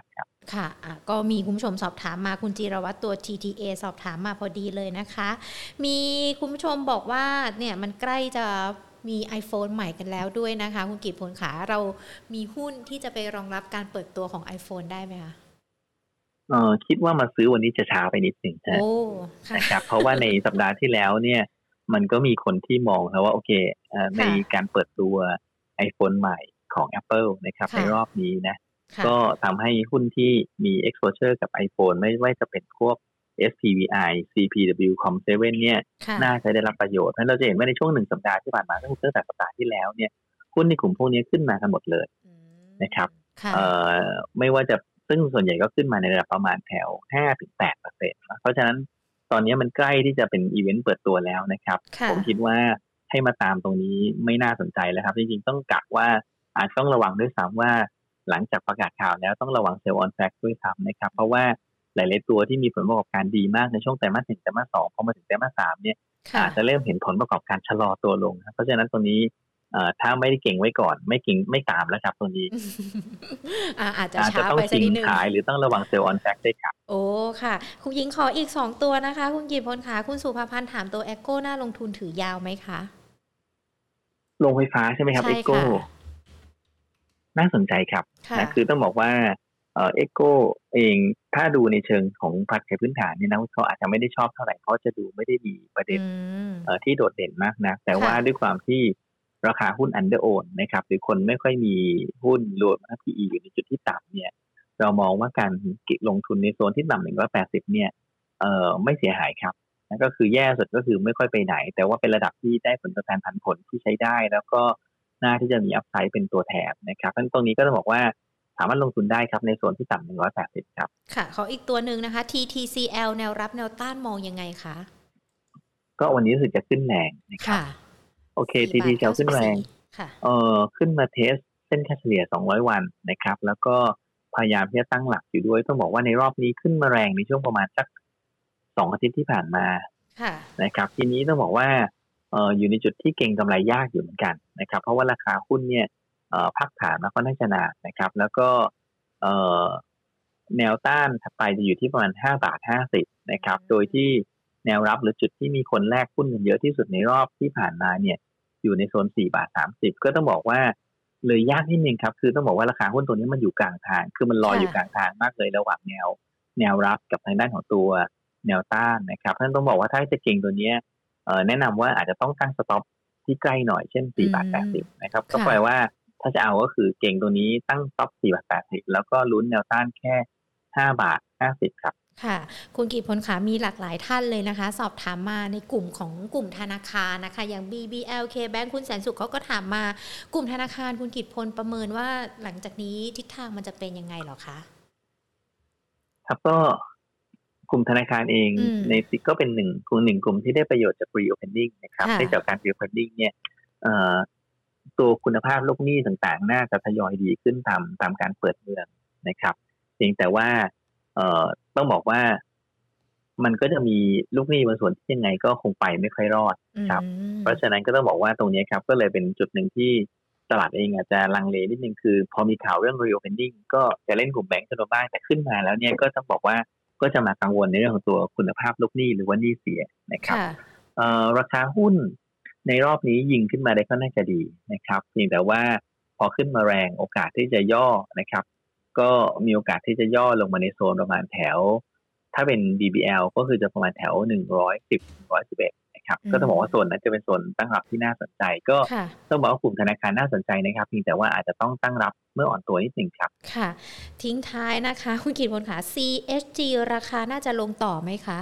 ค่ะอ่ะก็มีคุณผู้ชมสอบถามมาคุณจิรวัตรตัว ที ที เอ สอบถามมาพอดีเลยนะคะมีคุณผู้ชมบอกว่าเนี่ยมันใกล้จะมี iPhone ใหม่กันแล้วด้วยนะคะคุณกิตพลขาเรามีหุ้นที่จะไปรองรับการเปิดตัวของ iPhone ได้ไหมคะเออคิดว่ามาซื้อวันนี้จะช้าไปนิดหนึ่งนะนะครับเพราะว่าในสัปดาห์ที่แล้วเนี่ยมันก็มีคนที่มองนะว่าโอเคในการเปิดตัว iPhone ใหม่ของ Apple นะครับในรอบนี้นะก็ทำให้หุ้นที่มี exposure กับ iPhone ไม่ว่าจะเป็นพวก เอส พี วี ไอ ซี พี ดับเบิลยู คอม เซเว่น เนี่ยน่าจะได้รับประโยชน์เพราะเราจะเห็นว่าในช่วงหนึ่งสัปดาห์ที่ผ่านมาตั้งแต่สัปดาห์ที่แล้วเนี่ยหุ้นในกลุ่มพวกนี้ขึ้นมากันหมดเลยนะครับเอ่อไม่ว่าจะซึ่งส่วนใหญ่ก็ขึ้นมาในระดับประมาณแถว ห้าถึงแปดเปอร์เซ็นต์ เพราะฉะนั้นตอนนี้มันใกล้ที่จะเป็นอีเวนต์เปิดตัวแล้วนะครับผมคิดว่าให้มาตามตรงนี้ไม่น่าสนใจแล้วครับจริงๆต้องกะว่าอาจต้องระวังด้วยซ้ำว่าหลังจากประกาศข่าวแล้วต้องระวังเซลล์ออนแฟกด้วยซ้ำนะครับเพราะว่าหลายๆตัวที่มีผลประกอบการดีมากในช่วงไตรมาสหนึ่งไตรมาสสองพอมาถึงไตรมาสสามเนี่ยอาจจะเริ่มเห็นผลประกอบการชะลอตัวลงเพราะฉะนั้นตรงนี้ถ้าไม่ได้เก่งไว้ก่อนไม่เก่งไม่ตามแล้วครับตรงนี้อาจจะช้าไปสักนิดนึงขายหรือต้องระวังเซลล์ออนแฟกด้วยครับโอ้ค่ะคุณหญิงขออีกสองตัวนะคะคุณกิตพลขาคุณสุภพันธ์ถามตัว Echo น่าลงทุนถือยาวไหมคะโรงไฟฟ้าใช่ไหมครับ Echo น่าสนใจครับนะคือต้องบอกว่าเอ่อ Echo เองถ้าดูในเชิงของปัจจัยพื้นฐานเนี่ยนะเขาอาจจะไม่ได้ชอบเท่าไหร่เพราะจะดูไม่ได้มีประเด็นเอ่อที่โดดเด่นมากนะแต่ว่าด้วยความที่ราคาหุ้น under own นะครับหรือคนไม่ค่อยมีหุ้นรวมทั้ง พี อี อยู่ในจุดที่ต่ำเนี่ยเรามองว่าการลงทุนในโซนที่ต่ำหนึ่งร้อยแปดสิบเนี่ยเอ่อไม่เสียหายครับนั่นก็คือแย่สุดก็คือไม่ค่อยไปไหนแต่ว่าเป็นระดับที่ได้ผลตอบแทนผันผวนที่ใช้ได้แล้วก็น่าที่จะมีอัพไซด์เป็นตัวแถมนะครับเพราะตรงนี้ก็ต้องบอกว่าสามารถลงทุนได้ครับในโซนที่ต่ำหนึ่งร้อยแปดสิบครับค่ะขออีกตัวหนึ่งนะคะ ที ที ซี แอล แนวรับแนวต้านมองยังไงคะก็วันนี้รู้สึกจะขึ้นแรงนะครับโอเค ที ที ซี แอล ขึ้นแรงเอ่อขึ้นมาเทสเส้นค่าเฉลี่ยสองร้อยวันนะครับแล้วก็พยายามที่จะตั้งหลักอยู่ด้วยต้องบอกว่าในรอบนี้ขึ้นมาแรงในช่วงประมาณสักสองอาทิตย์ที่ผ่านมานะครับทีนี้ต้องบอกว่าเอ่ออยู่ในจุดที่เก็งกำไรยากอยู่เหมือนกันนะครับเพราะว่าราคาหุ้นเนี่ยเอ่อพักฐานมาค่อนข้างจะนานนะครับแล้วก็เอ่อแนวต้านถัดไปจะอยู่ที่ประมาณห้าบาทห้าสิบนะครับโดยที่แนวรับหรือจุดที่มีคนแลกหุ้นกันเยอะที่สุดในรอบที่ผ่านมาเนี่ยอยู่ในโซนสี่บาทสามสิบก็ต้องบอกว่าเลยยากนิดนึงครับคือต้องบอกว่าราคาหุ้นตัวนี้มันอยู่กลางทางคือมันลอยอยู่กลางทางมากเลยระหว่างแนวแนวรับกับทางด้านของตัวแนวต้านนะครับท่านต้องบอกว่าถ้าจะเก็งตัวนี้แนะนำว่าอาจจะต้องตั้งสต็อปที่ใกล้หน่อยเช่นสี่บาทแปดสิบนะครับก็แปลว่าถ้าจะเอาก็คือเก่งตัวนี้ตั้งสต็อปสี่บาทแปดสิบแล้วก็ลุ้นแนวต้านแค่ห้าบาทห้าสิบครับค่ะคุณกิตพลขามีหลากหลายท่านเลยนะคะสอบถามมาในกลุ่มของกลุ่มธนาคารนะคะอย่าง บี บี แอล K-Bank คุณแสนสุขเขาก็ถามมากลุ่มธนาคารคุณกิตพลประเมินว่าหลังจากนี้ทิศทางมันจะเป็นยังไงหรอคะครับก็กลุ่มธนาคารเองในสิก็เป็นหนึ่งกลุ่มหนึ่งกลุ่มที่ได้ประโยชน์จาก reopening นะครับในจากการ reopening เนี่ยตัวคุณภาพลูกหนี้ต่างๆน่าจะทยอยดีขึ้นตามตามการเปิดเมืองนะครับเพียงแต่ว่าต้องบอกว่ามันก็จะมีลูกหนี้บางส่วนที่ยังไงก็คงไปไม่ค่อยรอดครับเพราะฉะนั้นก็ต้องบอกว่าตรงนี้ครับก็เลยเป็นจุดหนึ่งที่ตลาดเองอาจจะลังเลนิดนึงคือพอมีข่าวเรื่อง reopening ก็จะเล่นกลุ่มแบงก์จำนวนมากแต่ขึ้นมาแล้วเนี่ยก็ต้องบอกว่าก็จะมากังวลในเรื่องของตัวคุณภาพลูกหนี้หรือว่าหนี้เสียนะครับราคาหุ้นในรอบนี้ยิงขึ้นมาได้ก็น่าจะดีนะครับเพียงแต่ว่าพอขึ้นมาแรงโอกาสที่จะย่อนะครับก็มีโอกาสที่จะย่อลงมาในโซนประมาณแถวถ้าเป็น บี บี แอล ก็คือจะประมาณแถวหนึ่งร้อยสิบ หนึ่งร้อยสิบเอ็ดนะครับก็ต้องบอกว่าโซนนั้นจะเป็นโซนตั้งรับที่น่าสนใจก็ต้องบอกว่ากลุ่มธนาคารน่าสนใจนะครับเพียงแต่ว่าอาจจะต้องตั้งรับเมื่ออ่อนตัวนิดนึงครับค่ะทิ้งท้ายนะคะคุณกิตพลขา ซี เอส จี ราคาน่าจะลงต่อไหมคะ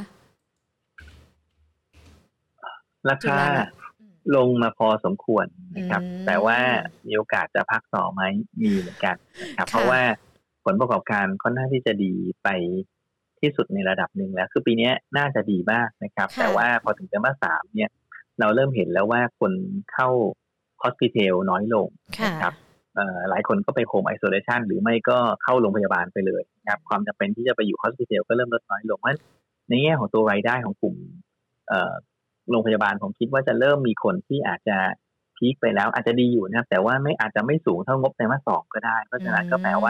ราคาลงมาพอสมควรนะครับแต่ว่ามีโอกาสจะพักต่อไหมมีเหมือนกันนะครับเพราะว่าผลประกอบการค่อนข้างที่จะดีไปที่สุดในระดับหนึ่งแล้วคือปีนี้น่าจะดีมากนะครับแต่ว่าพอถึงไตรมาสสามเนี่ยเราเริ่มเห็นแล้วว่าคนเข้า hospital น้อยลงนะครับหลายคนก็ไป home isolation หรือไม่ก็เข้าโรงพยาบาลไปเลยนะครับความจำเป็นที่จะไปอยู่ hospital ก็เริ่มลดน้อยลงเพราะในแง่ของตัวรายได้ของกลุ่มโรงพยาบาลผมคิดว่าจะเริ่มมีคนที่อาจจะพีคไปแล้วอาจจะดีอยู่นะครับแต่ว่าไม่อาจจะไม่สูงเท่างบไตรมาสสองก็ได้เพราะฉะนั้นก็แปลว่า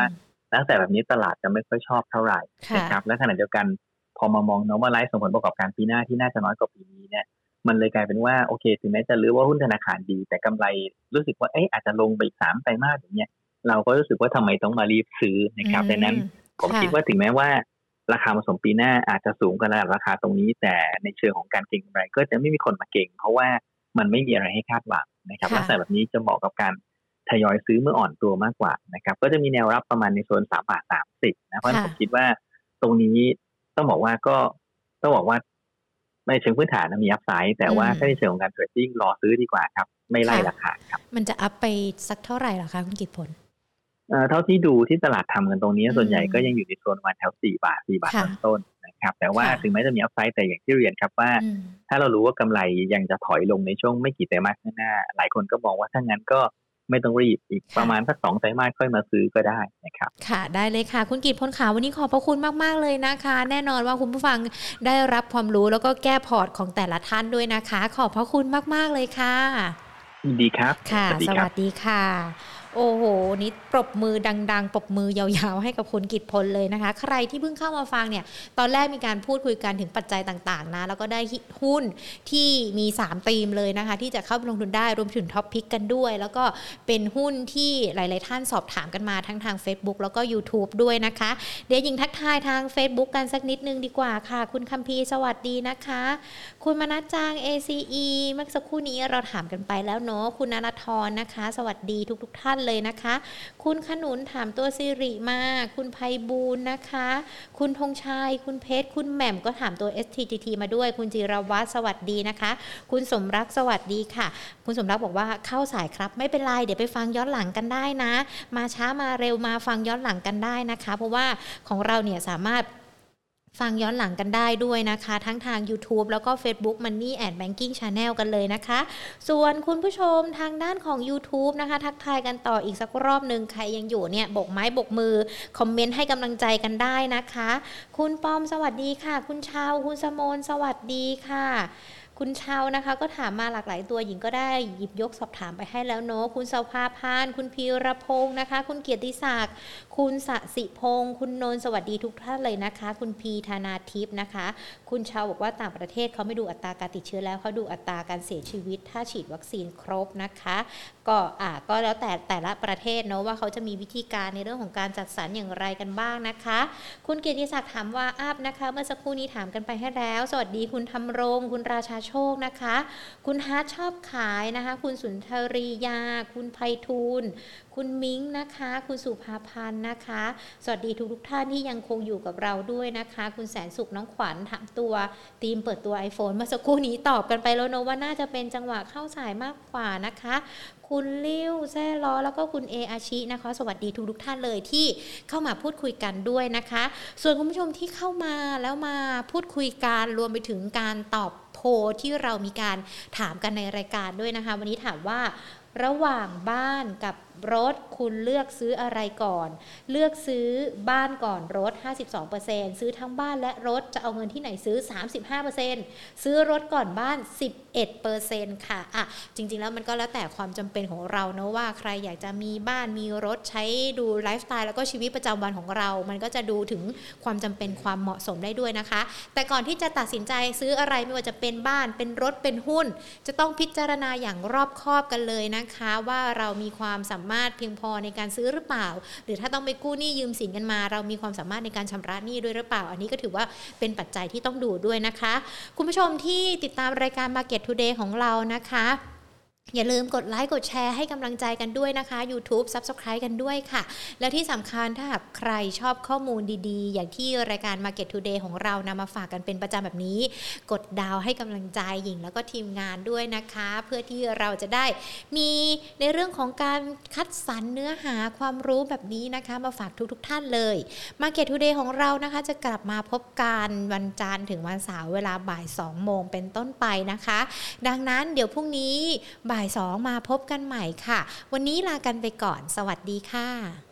ลักษณะแบบนี้ตลาดจะไม่ค่อยชอบเท่าไหร่นะครับและขณะเดียวกันพอมามอง normalize ส่งผลประกอบการปีหน้าที่น่าจะน้อยกว่าปีนี้เนี่ยมันเลยกลายเป็นว่าโอเคถึงแม้จะรู้ว่าหุ้นธนาคารดีแต่กำไรรู้สึกว่าเอ๊ะอาจจะลงไปอีกสามไตรมาสอย่างเงี้ยเราก็รู้สึกว่าทำไมต้องมารีบซื้อนะครับดังนั้นผมคิดว่าถึงแม้ว่าราคาผสมปีหน้าอาจจะสูงกว่าระดับราคาตรงนี้แต่ในเชิงของการเก็งกำไรก็จะไม่มีคนมาเก็งเพราะว่ามันไม่มีอะไรให้คาดหวังนะครับลักษณะแบบนี้จะเหมาะกับการทยอยซื้อเมื่ออ่อนตัวมากกว่านะครับก็จะมีแนวรับประมาณในโซนสามบาทสามสิบนะเพราะฉะนั้นผมคิดว่าตรงนี้ต้องบอกว่าก็ต้องบอกว่าในเชิงพื้นฐานมีอัพไซด์แต่ว่าถ้าในเชิงของการเทรดดิ้งรอซื้อดีกว่าครับไม่ไล่ราคาครับมันจะอัพไปสักเท่าไหร่ล่ะคะคุณกิตพลเอ่อเท่าที่ดูที่ตลาดทำกันตรงนี้ส่วนใหญ่ก็ยังอยู่ในโซนประมาณแถวสี่บาทสี่บาทต้นๆนะครับแต่ว่าถึงแม้จะมีอัพไซด์แต่อย่างที่เรียนครับว่าถ้าเรารู้ว่ากำไรยังจะถอยลงในช่วงไม่กี่ไตรมาสข้างหน้าหลายคนก็มองว่าถ้างั้นก็ไม่ต้องรีบอีกประมาณสักสองไตรมาสค่อยมาซื้อก็ได้นะครับค่ะได้เลยค่ะคุณกิตพลขาวันนี้ขอบพระคุณมากๆเลยนะคะแน่นอนว่าคุณผู้ฟังได้รับความรู้แล้วก็แก้พอร์ตของแต่ละท่านด้วยนะคะขอบพระคุณมากๆเลยค่ะดีครับค่ะสวัสดีค่ะโอ้โหนี่ปรบมือดังๆปรบมือยาวๆให้กับคุณกิตพลเลยนะคะใครที่เพิ่งเข้ามาฟังเนี่ยตอนแรกมีการพูดคุยกันถึงปัจจัยต่างๆนะแล้วก็ได้หุ้นที่มีสามธีมเลยนะคะที่จะเข้าไปลงทุนได้รวมถึงท็อปพิกกันด้วยแล้วก็เป็นหุ้นที่หลายๆท่านสอบถามกันมาทั้งทาง Facebook แล้วก็ YouTube ด้วยนะคะเดี๋ยวหญิงทักทายทาง Facebook กันสักนิดนึงดีกว่าค่ะคุณคัมพีสวัสดีนะคะคุณมนัสจาง เอ ซี อี เมื่อสักครู่นี้เราถามกันไปแล้วเนาะคุณณรัตน์นะคะสวัสดีทุกๆท่านเลยนะคะคุณขนุนถามตัวสิริมาคุณไพบูลย์นะคะคุณธงชัยคุณเพชรคุณแหม่มก็ถามตัว เอส ที จี ที มาด้วยคุณจิรวัฒน์สวัสดีนะคะคุณสมรักสวัสดีค่ะคุณสมรักบอกว่าเข้าสายครับไม่เป็นไรเดี๋ยวไปฟังย้อนหลังกันได้นะมาช้ามาเร็วมาฟังย้อนหลังกันได้นะคะเพราะว่าของเราเนี่ยสามารถฟังย้อนหลังกันได้ด้วยนะคะทั้งทาง YouTube แล้วก็ Facebook Money and Banking Channel กันเลยนะคะส่วนคุณผู้ชมทางด้านของ YouTube นะคะทักทายกันต่ออีกสักรอบนึงใครยังอยู่เนี่ยบกไม้บกมือคอมเมนต์ให้กำลังใจกันได้นะคะคุณปอมสวัสดีค่ะคุณชาวคุณสมนสวัสดีค่ะคุณชาวนะคะก็ถามมาหลากหลายตัวหญิงก็ได้หยิบยกสอบถามไปให้แล้วเนาะคุณสภาพานคุณพีรพงศ์นะคะคุณเกียรติศักดิ์คุณสสิพงศ์คุณนนท์สวัสดีทุกท่านเลยนะคะคุณพีธนาทิพย์นะคะคุณชาวบอกว่าต่างประเทศเขาไม่ดูอัตราการติดเชื้อแล้วเขาดูอัตราการเสียชีวิตถ้าฉีดวัคซีนครบนะคะก็อ่าก็แล้วแต่แต่ละประเทศเนาะว่าเขาจะมีวิธีการในเรื่องของการจัดสรรอย่างไรกันบ้างนะคะคุณเกียรติศักดิ์ถามว่าอัพนะคะเมื่อสักครู่นี้ถามกันไปให้แล้วสวัสดีคุณธรรมรงค์คุณราชาโชคนะคะคุณฮาร์ทชอบขายนะคะคุณสุนทรียาคุณไพฑูรย์คุณมิ้งนะคะคุณสุภาพันธ์นะคะสวัสดีทุกทุกท่านที่ยังคงอยู่กับเราด้วยนะคะคุณแสนสุขน้องขวัญถามตัวทีมเปิดตัว iPhone เมื่อสักครู่นี้ตอบกันไปแล้วเนอะว่าน่าจะเป็นจังหวะเข้าสายมากกว่านะคะคุณลิ้วแซ่ล้อแล้วก็คุณเออาชินะคะสวัสดีทุกทุกท่านเลยที่เข้ามาพูดคุยกันด้วยนะคะส่วนคุณผู้ชมที่เข้ามาแล้วมาพูดคุยกันรวมไปถึงการตอบโพลที่เรามีการถามกันในรายการด้วยนะคะวันนี้ถามว่าระหว่างบ้านกับรถคุณเลือกซื้ออะไรก่อนเลือกซื้อบ้านก่อนรถ ห้าสิบสองเปอร์เซ็นต์ ซื้อทั้งบ้านและรถจะเอาเงินที่ไหนซื้อ สามสิบห้าเปอร์เซ็นต์ ซื้อรถก่อนบ้าน สิบเอ็ดเปอร์เซ็นต์ ค่ะอ่ะจริงๆแล้วมันก็แล้วแต่ความจำเป็นของเราเนอะว่าใครอยากจะมีบ้านมีรถใช้ดูไลฟ์สไตล์แล้วก็ชีวิตประจำวันของเรามันก็จะดูถึงความจำเป็นความเหมาะสมได้ด้วยนะคะแต่ก่อนที่จะตัดสินใจซื้ออะไรไม่ว่าจะเป็นบ้านเป็นรถเป็นหุ้นจะต้องพิจารณาอย่างรอบคอบกันเลยนะคะว่าเรามีความสามารถเพียงพอในการซื้อหรือเปล่าหรือถ้าต้องไปกู้หนี้ยืมสินกันมาเรามีความสามารถในการชำระหนี้ด้วยหรือเปล่าอันนี้ก็ถือว่าเป็นปัจจัยที่ต้องดูด้วยนะคะคุณผู้ชมที่ติดตามรายการ Market Today ของเรานะคะอย่าลืมกดไลค์กดแชร์ให้กำลังใจกันด้วยนะคะ YouTube Subscribe กันด้วยค่ะและที่สำคัญถ้าหากใครชอบข้อมูลดีๆอย่างที่รายการ Market Today ของเรานำมาฝากกันเป็นประจำแบบนี้กดดาวให้กำลังใจหญิงแล้วก็ทีมงานด้วยนะคะเพื่อที่เราจะได้มีในเรื่องของการคัดสรรเนื้อหาความรู้แบบนี้นะคะมาฝากทุกๆท่านเลย Market Today ของเรานะคะจะกลับมาพบกันวันจันทร์ถึงวันเสาร์เวลาบ่ายสองโมงเป็นต้นไปนะคะดังนั้นเดี๋ยวพรุ่งนี้บ่ายสองมาพบกันใหม่ค่ะวันนี้ลากันไปก่อนสวัสดีค่ะ